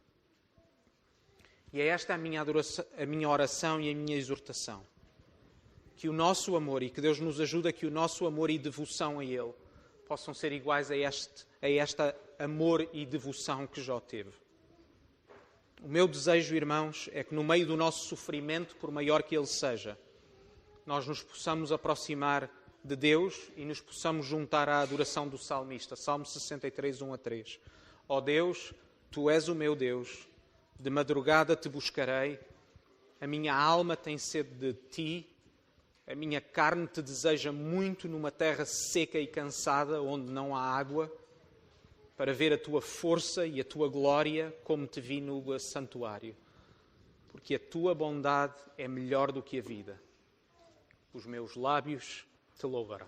E é esta a minha, adoração, a minha oração e a minha exortação. Que o nosso amor, e que Deus nos ajude a que o nosso amor e devoção a Ele possam ser iguais a este, a esta amor e devoção que Jó teve. O meu desejo, irmãos, é que no meio do nosso sofrimento, por maior que ele seja, nós nos possamos aproximar de Deus e nos possamos juntar à adoração do salmista. Salmo sessenta e três, um a três. Ó Deus, Tu és o meu Deus, de madrugada Te buscarei, a minha alma tem sede de Ti, a minha carne Te deseja muito numa terra seca e cansada, onde não há água, para ver a Tua força e a Tua glória, como Te vi no santuário. Porque a Tua bondade é melhor do que a vida. Os meus lábios Te louvarão.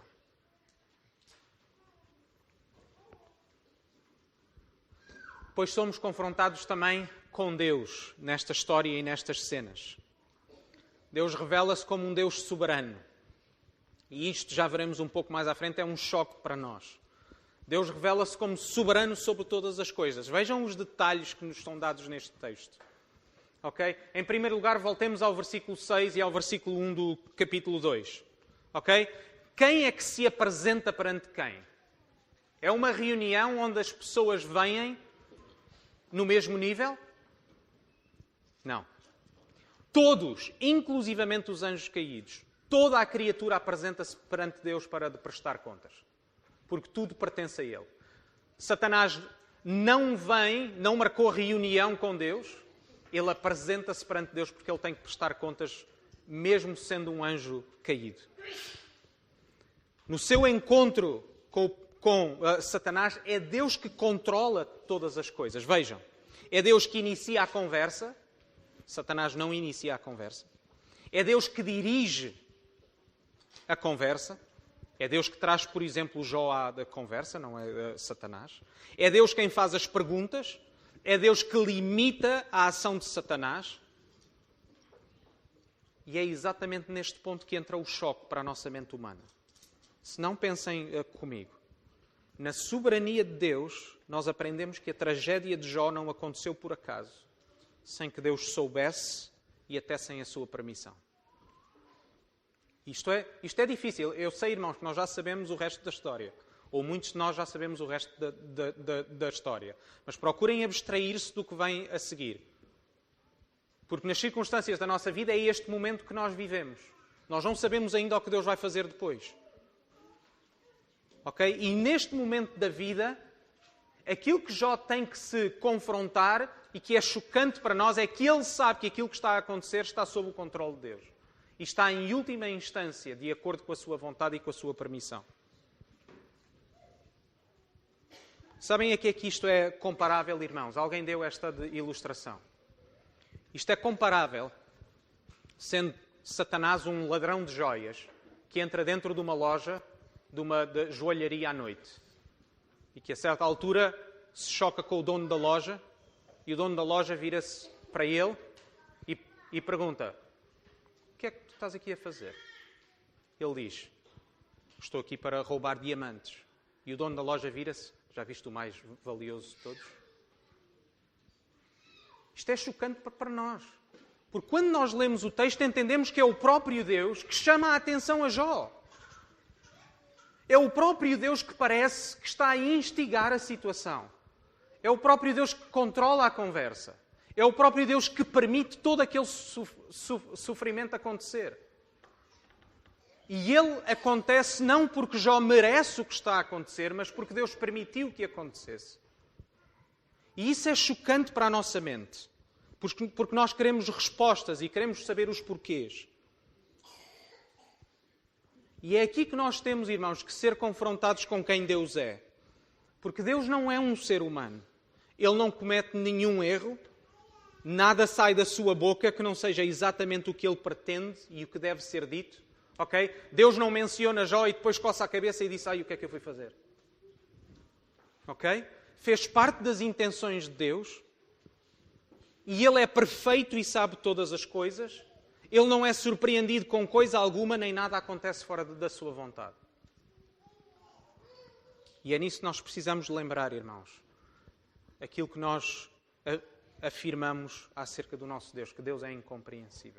Pois somos confrontados também com Deus nesta história e nestas cenas. Deus revela-se como um Deus soberano. E isto, já veremos um pouco mais à frente, é um choque para nós. Deus revela-se como soberano sobre todas as coisas. Vejam os detalhes que nos são dados neste texto. Okay? Em primeiro lugar, voltemos ao versículo seis e ao versículo um do capítulo dois. Okay? Quem é que se apresenta perante quem? É uma reunião onde as pessoas vêm no mesmo nível? Não. Todos, inclusivamente os anjos caídos, toda a criatura apresenta-se perante Deus para lhe prestar contas. Porque tudo pertence a Ele. Satanás não vem, não marcou reunião com Deus. Ele apresenta-se perante Deus porque ele tem que prestar contas, mesmo sendo um anjo caído. No seu encontro com, com uh, Satanás, é Deus que controla todas as coisas. Vejam, é Deus que inicia a conversa. Satanás não inicia a conversa. É Deus que dirige a conversa. É Deus que traz, por exemplo, Jó à da conversa, não é uh, Satanás. É Deus quem faz as perguntas. É Deus que limita a ação de Satanás. E é exatamente neste ponto que entra o choque para a nossa mente humana. Se não pensem uh, comigo, na soberania de Deus, nós aprendemos que a tragédia de Jó não aconteceu por acaso, sem que Deus soubesse e até sem a sua permissão. Isto é, isto é difícil. Eu sei, irmãos, que nós já sabemos o resto da história. Ou muitos de nós já sabemos o resto da, da, da, da história. Mas procurem abstrair-se do que vem a seguir. Porque nas circunstâncias da nossa vida é este momento que nós vivemos. Nós não sabemos ainda o que Deus vai fazer depois. Ok? E neste momento da vida, aquilo que Jó tem que se confrontar e que é chocante para nós é que ele sabe que aquilo que está a acontecer está sob o controle de Deus. E está em última instância de acordo com a sua vontade e com a sua permissão. Sabem a que é que isto é comparável, irmãos? Alguém deu esta ilustração. Isto é comparável, sendo Satanás um ladrão de joias que entra dentro de uma loja, de uma de joalharia à noite. E que a certa altura se choca com o dono da loja e o dono da loja vira-se para ele e, e pergunta: o que é que tu estás aqui a fazer? Ele diz: estou aqui para roubar diamantes. E o dono da loja vira-se: já viste o mais valioso de todos? Isto é chocante para nós. Porque quando nós lemos o texto, entendemos que é o próprio Deus que chama a atenção a Jó. É o próprio Deus que parece que está a instigar a situação. É o próprio Deus que controla a conversa. É o próprio Deus que permite todo aquele sofrimento acontecer. E ele acontece não porque Jó merece o que está a acontecer, mas porque Deus permitiu que acontecesse. E isso é chocante para a nossa mente. Porque, porque nós queremos respostas e queremos saber os porquês. E é aqui que nós temos, irmãos, que ser confrontados com quem Deus é. Porque Deus não é um ser humano. Ele não comete nenhum erro. Nada sai da sua boca que não seja exatamente o que ele pretende e o que deve ser dito. Ok? Deus não menciona Jó e depois coça a cabeça e diz: ai, o que é que eu fui fazer? Ok? Fez parte das intenções de Deus. E Ele é perfeito e sabe todas as coisas. Ele não é surpreendido com coisa alguma, nem nada acontece fora da sua vontade. E é nisso que nós precisamos lembrar, irmãos. Aquilo que nós afirmamos acerca do nosso Deus, que Deus é incompreensível.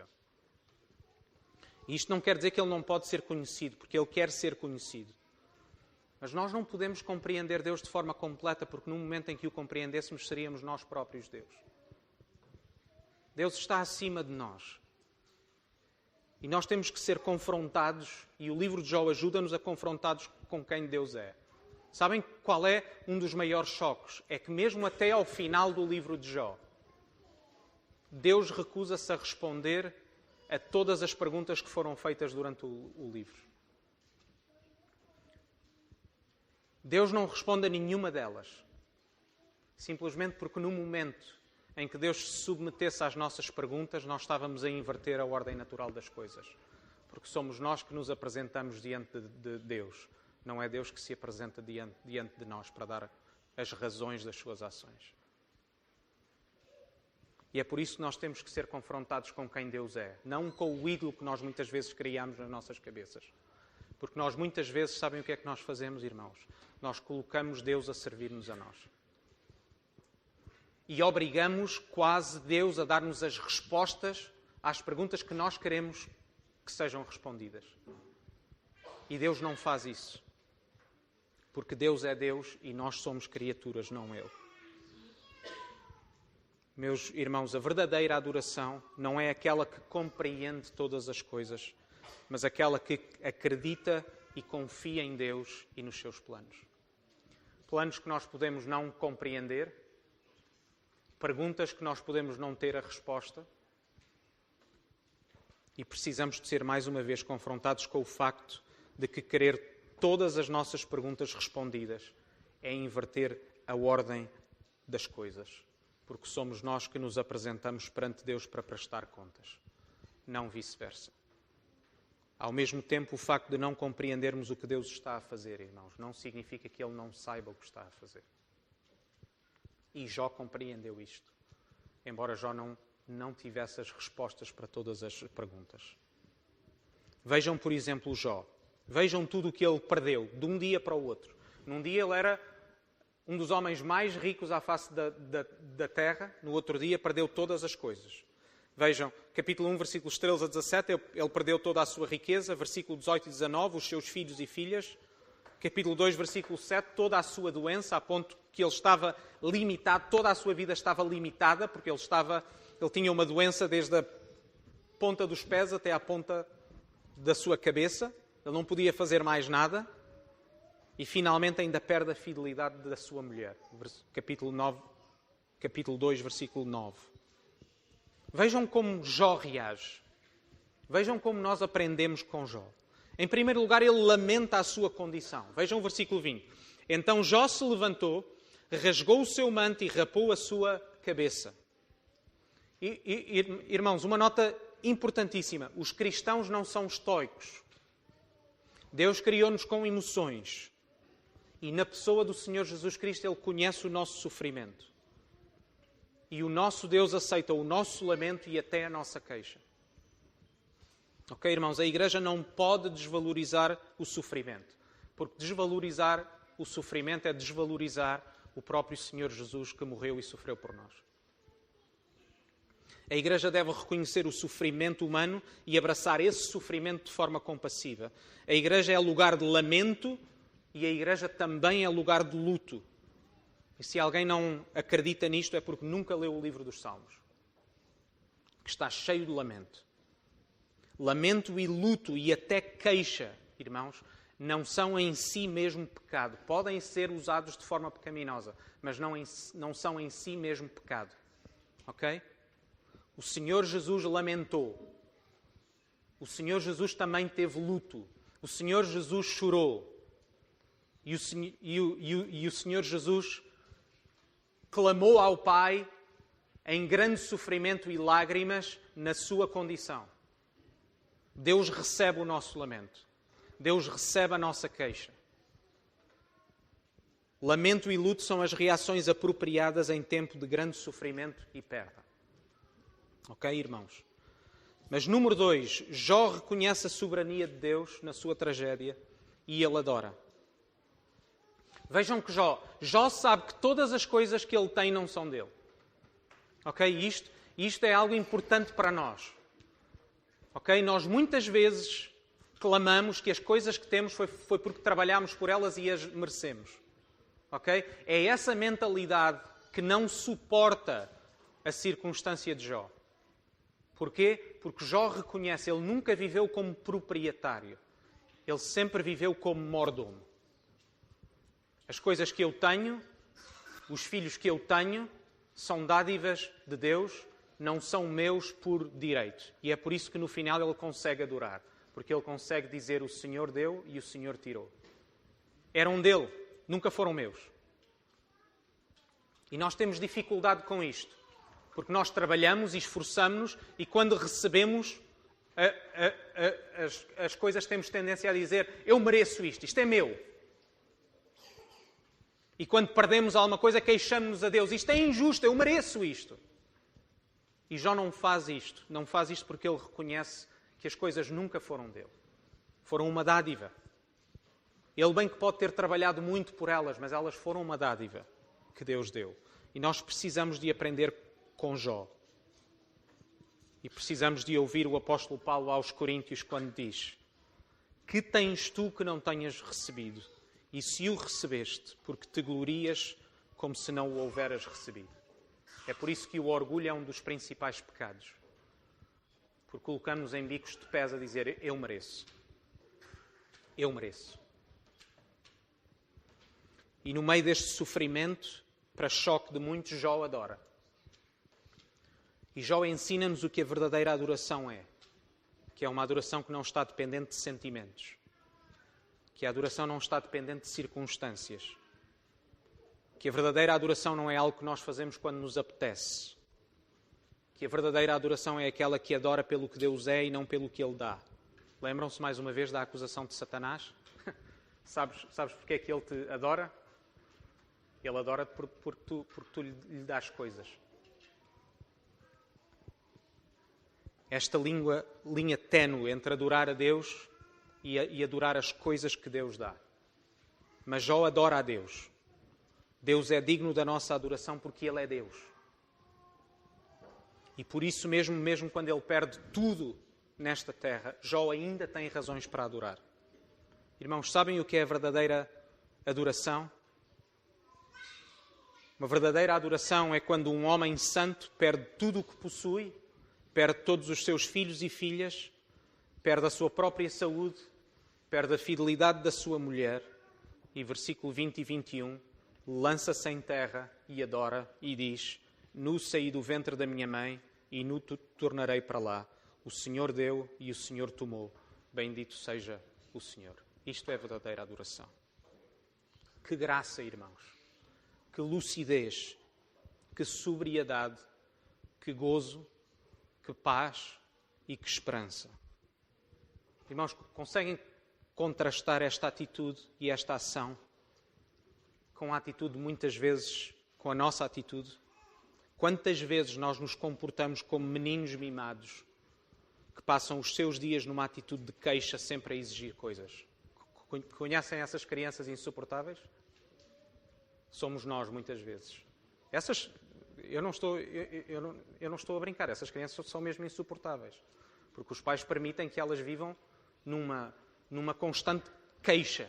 E isto não quer dizer que Ele não pode ser conhecido, porque Ele quer ser conhecido. Mas nós não podemos compreender Deus de forma completa, porque no momento em que o compreendêssemos, seríamos nós próprios Deus. Deus está acima de nós. E nós temos que ser confrontados, e o livro de Jó ajuda-nos a confrontados com quem Deus é. Sabem qual é um dos maiores choques? É que mesmo até ao final do livro de Jó, Deus recusa-se a responder a todas as perguntas que foram feitas durante o, o livro. Deus não responde a nenhuma delas. Simplesmente porque no momento em que Deus se submetesse às nossas perguntas, nós estávamos a inverter a ordem natural das coisas. Porque somos nós que nos apresentamos diante de, de Deus. Não é Deus que se apresenta diante, diante de nós para dar as razões das suas ações. E é por isso que nós temos que ser confrontados com quem Deus é. Não com o ídolo que nós muitas vezes criamos nas nossas cabeças. Porque nós muitas vezes, sabem o que é que nós fazemos, irmãos? Nós colocamos Deus a servir-nos a nós. E obrigamos quase Deus a dar-nos as respostas às perguntas que nós queremos que sejam respondidas. E Deus não faz isso. Porque Deus é Deus e nós somos criaturas, não Ele. Meus irmãos, a verdadeira adoração não é aquela que compreende todas as coisas, mas aquela que acredita e confia em Deus e nos seus planos. Planos que nós podemos não compreender, perguntas que nós podemos não ter a resposta, e precisamos de ser mais uma vez confrontados com o facto de que querer todas as nossas perguntas respondidas é inverter a ordem das coisas, porque somos nós que nos apresentamos perante Deus para prestar contas, não vice-versa. Ao mesmo tempo, o facto de não compreendermos o que Deus está a fazer, irmãos, não significa que Ele não saiba o que está a fazer. E Jó compreendeu isto, embora Jó não, não tivesse as respostas para todas as perguntas. Vejam, por exemplo, Jó. Vejam tudo o que ele perdeu, de um dia para o outro. Num dia ele era um dos homens mais ricos à face da, da, da terra, no outro dia perdeu todas as coisas. Vejam, capítulo um, versículos treze a dezassete, ele perdeu toda a sua riqueza. Versículo dezoito e dezanove, os seus filhos e filhas. Capítulo dois, versículo sete, toda a sua doença, a ponto que ele estava limitado, toda a sua vida estava limitada, porque ele, estava, ele tinha uma doença desde a ponta dos pés até à ponta da sua cabeça. Ele não podia fazer mais nada. E finalmente ainda perde a fidelidade da sua mulher. Capítulo nove, capítulo dois, versículo nove. Vejam como Jó reage. Vejam como nós aprendemos com Jó. Em primeiro lugar, ele lamenta a sua condição. Vejam o versículo vinte. Então Jó se levantou, rasgou o seu manto e rapou a sua cabeça. E, e, irmãos, uma nota importantíssima. Os cristãos não são estoicos. Deus criou-nos com emoções. E na pessoa do Senhor Jesus Cristo, Ele conhece o nosso sofrimento. E o nosso Deus aceita o nosso lamento e até a nossa queixa. Ok, irmãos? A Igreja não pode desvalorizar o sofrimento. Porque desvalorizar o sofrimento é desvalorizar o próprio Senhor Jesus que morreu e sofreu por nós. A Igreja deve reconhecer o sofrimento humano e abraçar esse sofrimento de forma compassiva. A Igreja é lugar de lamento e a Igreja também é lugar de luto. E se alguém não acredita nisto é porque nunca leu o livro dos Salmos, que está cheio de lamento. Lamento e luto e até queixa, irmãos, não são em si mesmo pecado. Podem ser usados de forma pecaminosa, mas não, em, não são em si mesmo pecado. Ok? O Senhor Jesus lamentou. O Senhor Jesus também teve luto. O Senhor Jesus chorou. E o, e o, e o, e o Senhor Jesus clamou ao Pai em grande sofrimento e lágrimas na sua condição. Deus recebe o nosso lamento. Deus recebe a nossa queixa. Lamento e luto são as reações apropriadas em tempo de grande sofrimento e perda. Ok, irmãos? Mas número dois, Jó reconhece a soberania de Deus na sua tragédia e ele adora. Vejam que Jó, Jó sabe que todas as coisas que ele tem não são dele. Ok? Isto, isto é algo importante para nós. Ok? Nós muitas vezes clamamos que as coisas que temos foi, foi porque trabalhámos por elas e as merecemos. Ok? É essa mentalidade que não suporta a circunstância de Jó. Porquê? Porque Jó reconhece, ele nunca viveu como proprietário. Ele sempre viveu como mordomo. As coisas que eu tenho, os filhos que eu tenho, são dádivas de Deus, não são meus por direito. E é por isso que no final ele consegue adorar. Porque ele consegue dizer o Senhor deu e o Senhor tirou. Eram dele, nunca foram meus. E nós temos dificuldade com isto. Porque nós trabalhamos e esforçamos-nos e quando recebemos a, a, a, as, as coisas temos tendência a dizer eu mereço isto, isto é meu. E quando perdemos alguma coisa queixamos-nos a Deus, isto é injusto, eu mereço isto. E Jó não faz isto, não faz isto porque ele reconhece que as coisas nunca foram dele. Foram uma dádiva. Ele bem que pode ter trabalhado muito por elas, mas elas foram uma dádiva que Deus deu. E nós precisamos de aprender com Jó. E precisamos de ouvir o apóstolo Paulo aos Coríntios quando diz: que tens tu que não tenhas recebido? E se o recebeste, porque te glorias como se não o houveras recebido. É por isso que o orgulho é um dos principais pecados. Porque colocamos em bicos de pés a dizer eu mereço. Eu mereço. E no meio deste sofrimento, para choque de muitos, Jó adora. E Jó ensina-nos o que a verdadeira adoração é. Que é uma adoração que não está dependente de sentimentos. Que a adoração não está dependente de circunstâncias. Que a verdadeira adoração não é algo que nós fazemos quando nos apetece. Que a verdadeira adoração é aquela que adora pelo que Deus é e não pelo que Ele dá. Lembram-se mais uma vez da acusação de Satanás? sabes, sabes porque é que ele te adora? Ele adora-te porque, porque, tu, porque tu lhe, lhe dás coisas. Esta língua, linha ténue entre adorar a Deus e, a, e adorar as coisas que Deus dá. Mas Jó adora a Deus. Deus é digno da nossa adoração porque Ele é Deus. E por isso mesmo, mesmo quando Ele perde tudo nesta terra, Jó ainda tem razões para adorar. Irmãos, sabem o que é a verdadeira adoração? Uma verdadeira adoração é quando um homem santo perde tudo o que possui, perde todos os seus filhos e filhas, perde a sua própria saúde, perde a fidelidade da sua mulher e, versículo vinte e vinte e um, lança-se em terra e adora e diz: nu saí do ventre da minha mãe e nu tornarei para lá. O Senhor deu e o Senhor tomou. Bendito seja o Senhor. Isto é verdadeira adoração. Que graça, irmãos. Que lucidez. Que sobriedade. Que gozo. Que paz e que esperança. Irmãos, conseguem contrastar esta atitude e esta ação com a atitude, muitas vezes, com a nossa atitude? Quantas vezes nós nos comportamos como meninos mimados que passam os seus dias numa atitude de queixa, sempre a exigir coisas? Conhecem essas crianças insuportáveis? Somos nós, muitas vezes. Essas, eu não estou, eu, eu, não, eu não estou a brincar, essas crianças são mesmo insuportáveis. Porque os pais permitem que elas vivam numa, numa constante queixa.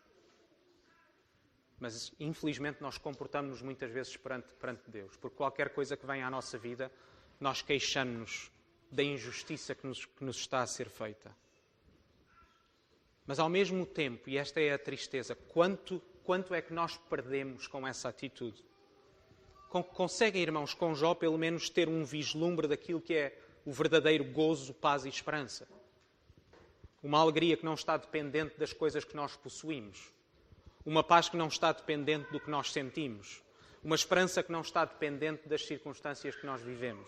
Mas, infelizmente, nós comportamos-nos muitas vezes perante, perante Deus. Por qualquer coisa que venha à nossa vida, nós queixamos-nos da injustiça que nos, que nos está a ser feita. Mas, ao mesmo tempo, e esta é a tristeza, quanto, quanto é que nós perdemos com essa atitude? Conseguem, irmãos, com Jó, pelo menos ter um vislumbre daquilo que é o verdadeiro gozo, paz e esperança? Uma alegria que não está dependente das coisas que nós possuímos. Uma paz que não está dependente do que nós sentimos. Uma esperança que não está dependente das circunstâncias que nós vivemos.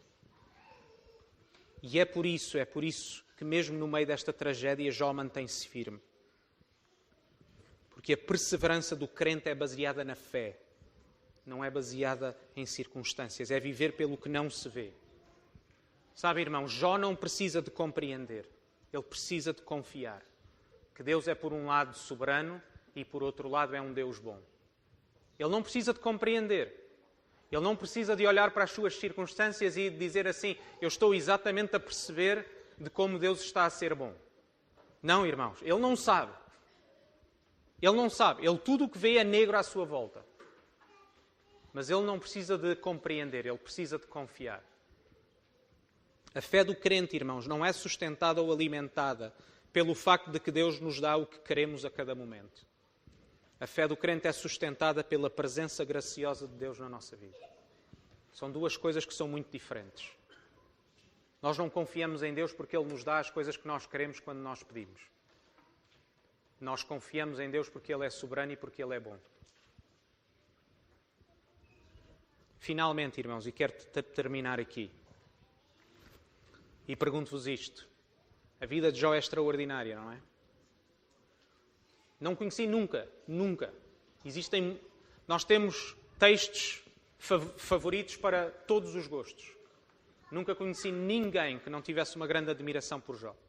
E é por isso, é por isso que mesmo no meio desta tragédia Jó mantém-se firme. Porque a perseverança do crente é baseada na fé. Não é baseada em circunstâncias. É viver pelo que não se vê. Sabe, irmão, Jó não precisa de compreender. Ele precisa de confiar. Que Deus é, por um lado, soberano e, por outro lado, é um Deus bom. Ele não precisa de compreender. Ele não precisa de olhar para as suas circunstâncias e de dizer assim: eu estou exatamente a perceber de como Deus está a ser bom. Não, irmãos, ele não sabe. Ele não sabe. Ele tudo o que vê é negro à sua volta. Mas ele não precisa de compreender, ele precisa de confiar. A fé do crente, irmãos, não é sustentada ou alimentada pelo facto de que Deus nos dá o que queremos a cada momento. A fé do crente é sustentada pela presença graciosa de Deus na nossa vida. São duas coisas que são muito diferentes. Nós não confiamos em Deus porque Ele nos dá as coisas que nós queremos quando nós pedimos. Nós confiamos em Deus porque Ele é soberano e porque Ele é bom. Finalmente, irmãos, e quero terminar aqui, e pergunto-vos isto. A vida de Jó é extraordinária, não é? Não conheci nunca, nunca. Existem, nós temos textos favoritos para todos os gostos. Nunca conheci ninguém que não tivesse uma grande admiração por Jó.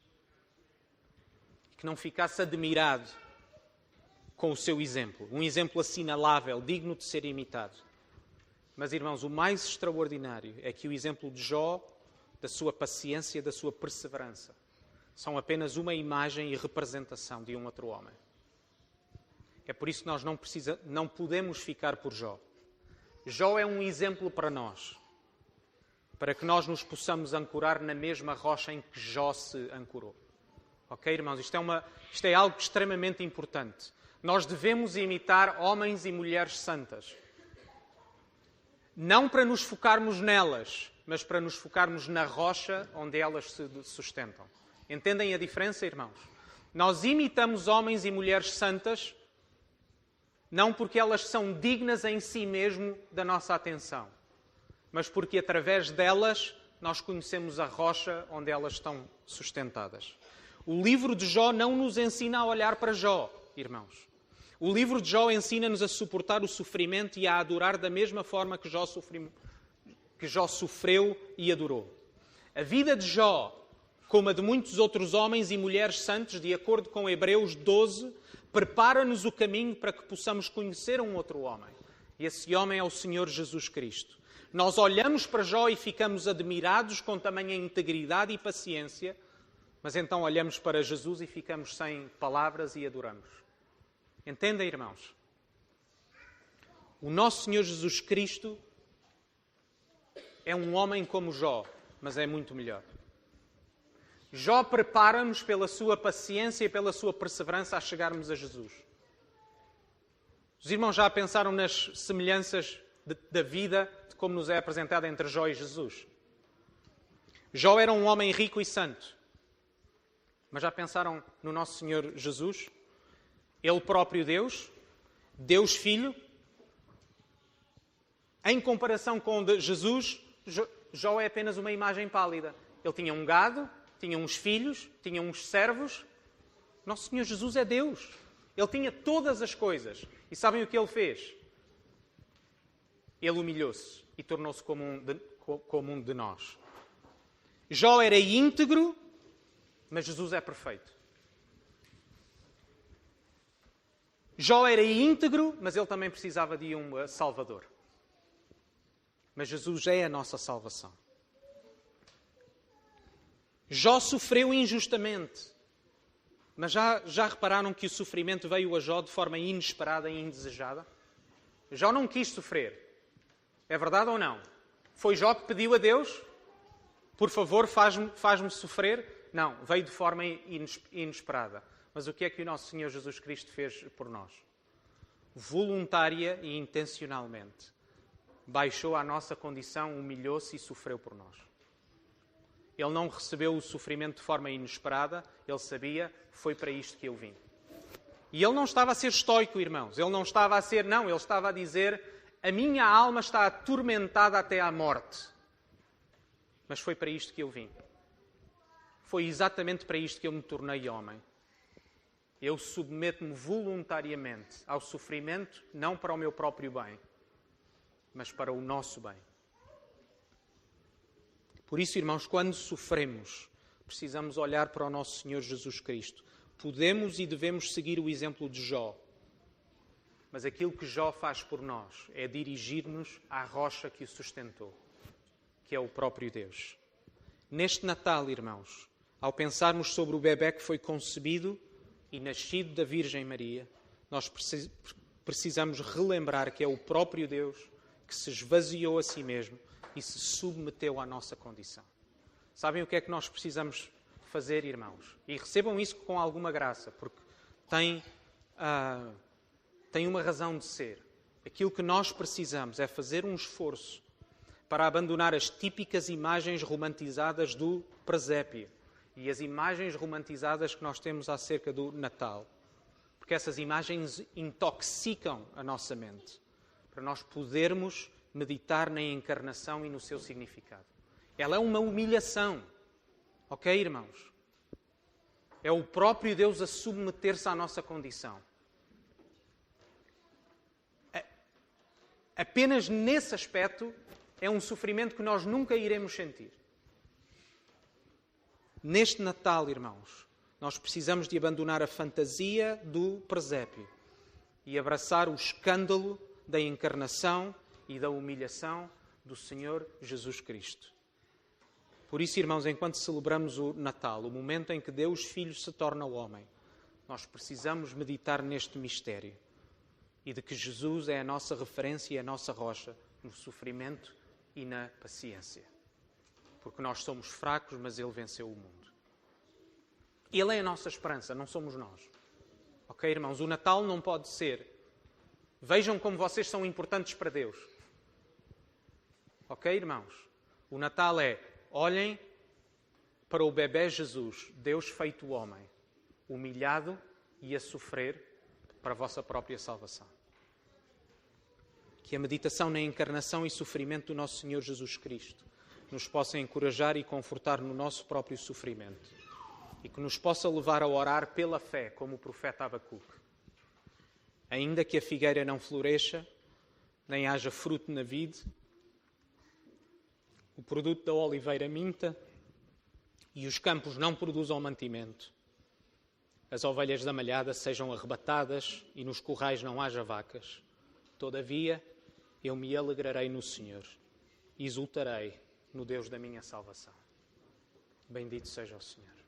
Que não ficasse admirado com o seu exemplo. Um exemplo assinalável, digno de ser imitado. Mas, irmãos, o mais extraordinário é que o exemplo de Jó, da sua paciência, da sua perseverança, são apenas uma imagem e representação de um outro homem. É por isso que nós não, precisa, não podemos ficar por Jó. Jó é um exemplo para nós, para que nós nos possamos ancorar na mesma rocha em que Jó se ancorou. Ok, irmãos? Isto é, uma, isto é algo extremamente importante. Nós devemos imitar homens e mulheres santas. Não para nos focarmos nelas, mas para nos focarmos na rocha onde elas se sustentam. Entendem a diferença, irmãos? Nós imitamos homens e mulheres santas não porque elas são dignas em si mesmo da nossa atenção, mas porque através delas nós conhecemos a rocha onde elas estão sustentadas. O livro de Jó não nos ensina a olhar para Jó, irmãos. O livro de Jó ensina-nos a suportar o sofrimento e a adorar da mesma forma que Jó, sofri... que Jó sofreu e adorou. A vida de Jó, como a de muitos outros homens e mulheres santos, de acordo com Hebreus doze, prepara-nos o caminho para que possamos conhecer um outro homem. E esse homem é o Senhor Jesus Cristo. Nós olhamos para Jó e ficamos admirados com tamanha integridade e paciência, mas então olhamos para Jesus e ficamos sem palavras e adoramos. Entendem, irmãos? O nosso Senhor Jesus Cristo é um homem como Jó, mas é muito melhor. Jó prepara-nos pela sua paciência e pela sua perseverança a chegarmos a Jesus. Os irmãos já pensaram nas semelhanças de, da vida de como nos é apresentada entre Jó e Jesus. Jó era um homem rico e santo. Mas já pensaram no nosso Senhor Jesus? Ele próprio Deus, Deus Filho. Em comparação com o de Jesus, Jó é apenas uma imagem pálida. Ele tinha um gado, tinha uns filhos, tinha uns servos. Nosso Senhor Jesus é Deus. Ele tinha todas as coisas. E sabem o que ele fez? Ele humilhou-se e tornou-se como um de, como um de nós. Jó era íntegro, mas Jesus é perfeito. Jó era íntegro, mas ele também precisava de um Salvador. Mas Jesus é a nossa salvação. Jó sofreu injustamente. Mas já, já repararam que o sofrimento veio a Jó de forma inesperada e indesejada? Jó não quis sofrer. É verdade ou não? Foi Jó que pediu a Deus, por favor, faz-me, faz-me sofrer? Não, veio de forma inesperada. Mas o que é que o nosso Senhor Jesus Cristo fez por nós? Voluntária e intencionalmente. Baixou à nossa condição, humilhou-se e sofreu por nós. Ele não recebeu o sofrimento de forma inesperada, ele sabia, foi para isto que eu vim. E ele não estava a ser estoico, irmãos. Ele não estava a ser, não, ele estava a dizer, a minha alma está atormentada até à morte. Mas foi para isto que eu vim. Foi exatamente para isto que eu me tornei homem. Eu submeto-me voluntariamente ao sofrimento, não para o meu próprio bem, mas para o nosso bem. Por isso, irmãos, quando sofremos, precisamos olhar para o nosso Senhor Jesus Cristo. Podemos e devemos seguir o exemplo de Jó. Mas aquilo que Jó faz por nós é dirigir-nos à rocha que o sustentou, que é o próprio Deus. Neste Natal, irmãos, ao pensarmos sobre o bebé que foi concebido e nascido da Virgem Maria, nós precisamos relembrar que é o próprio Deus que se esvaziou a si mesmo e se submeteu à nossa condição. Sabem o que é que nós precisamos fazer, irmãos? E recebam isso com alguma graça, porque tem, uh, tem uma razão de ser. Aquilo que nós precisamos é fazer um esforço para abandonar as típicas imagens romantizadas do presépio e as imagens romantizadas que nós temos acerca do Natal. Porque essas imagens intoxicam a nossa mente, para nós podermos meditar na encarnação e no seu significado. Ela é uma humilhação. Ok, irmãos? É o próprio Deus a submeter-se à nossa condição. Apenas nesse aspecto é um sofrimento que nós nunca iremos sentir. Neste Natal, irmãos, nós precisamos de abandonar a fantasia do presépio e abraçar o escândalo da encarnação e da humilhação do Senhor Jesus Cristo. Por isso, irmãos, enquanto celebramos o Natal, o momento em que Deus Filho se torna homem, nós precisamos meditar neste mistério e de que Jesus é a nossa referência e a nossa rocha no sofrimento e na paciência. Porque nós somos fracos, mas Ele venceu o mundo. Ele é a nossa esperança, não somos nós. Ok, irmãos? O Natal não pode ser. Vejam como vocês são importantes para Deus. Ok, irmãos? O Natal é, olhem para o bebé Jesus, Deus feito homem, humilhado e a sofrer para a vossa própria salvação. Que a meditação na encarnação e sofrimento do nosso Senhor Jesus Cristo nos possa encorajar e confortar no nosso próprio sofrimento e que nos possa levar a orar pela fé, como o profeta Abacuque. Ainda que a figueira não floresça, nem haja fruto na vide, o produto da oliveira minta e os campos não produzam mantimento, as ovelhas da malhada sejam arrebatadas e nos currais não haja vacas. Todavia, eu me alegrarei no Senhor e exultarei no Deus da minha salvação. Bendito seja o Senhor.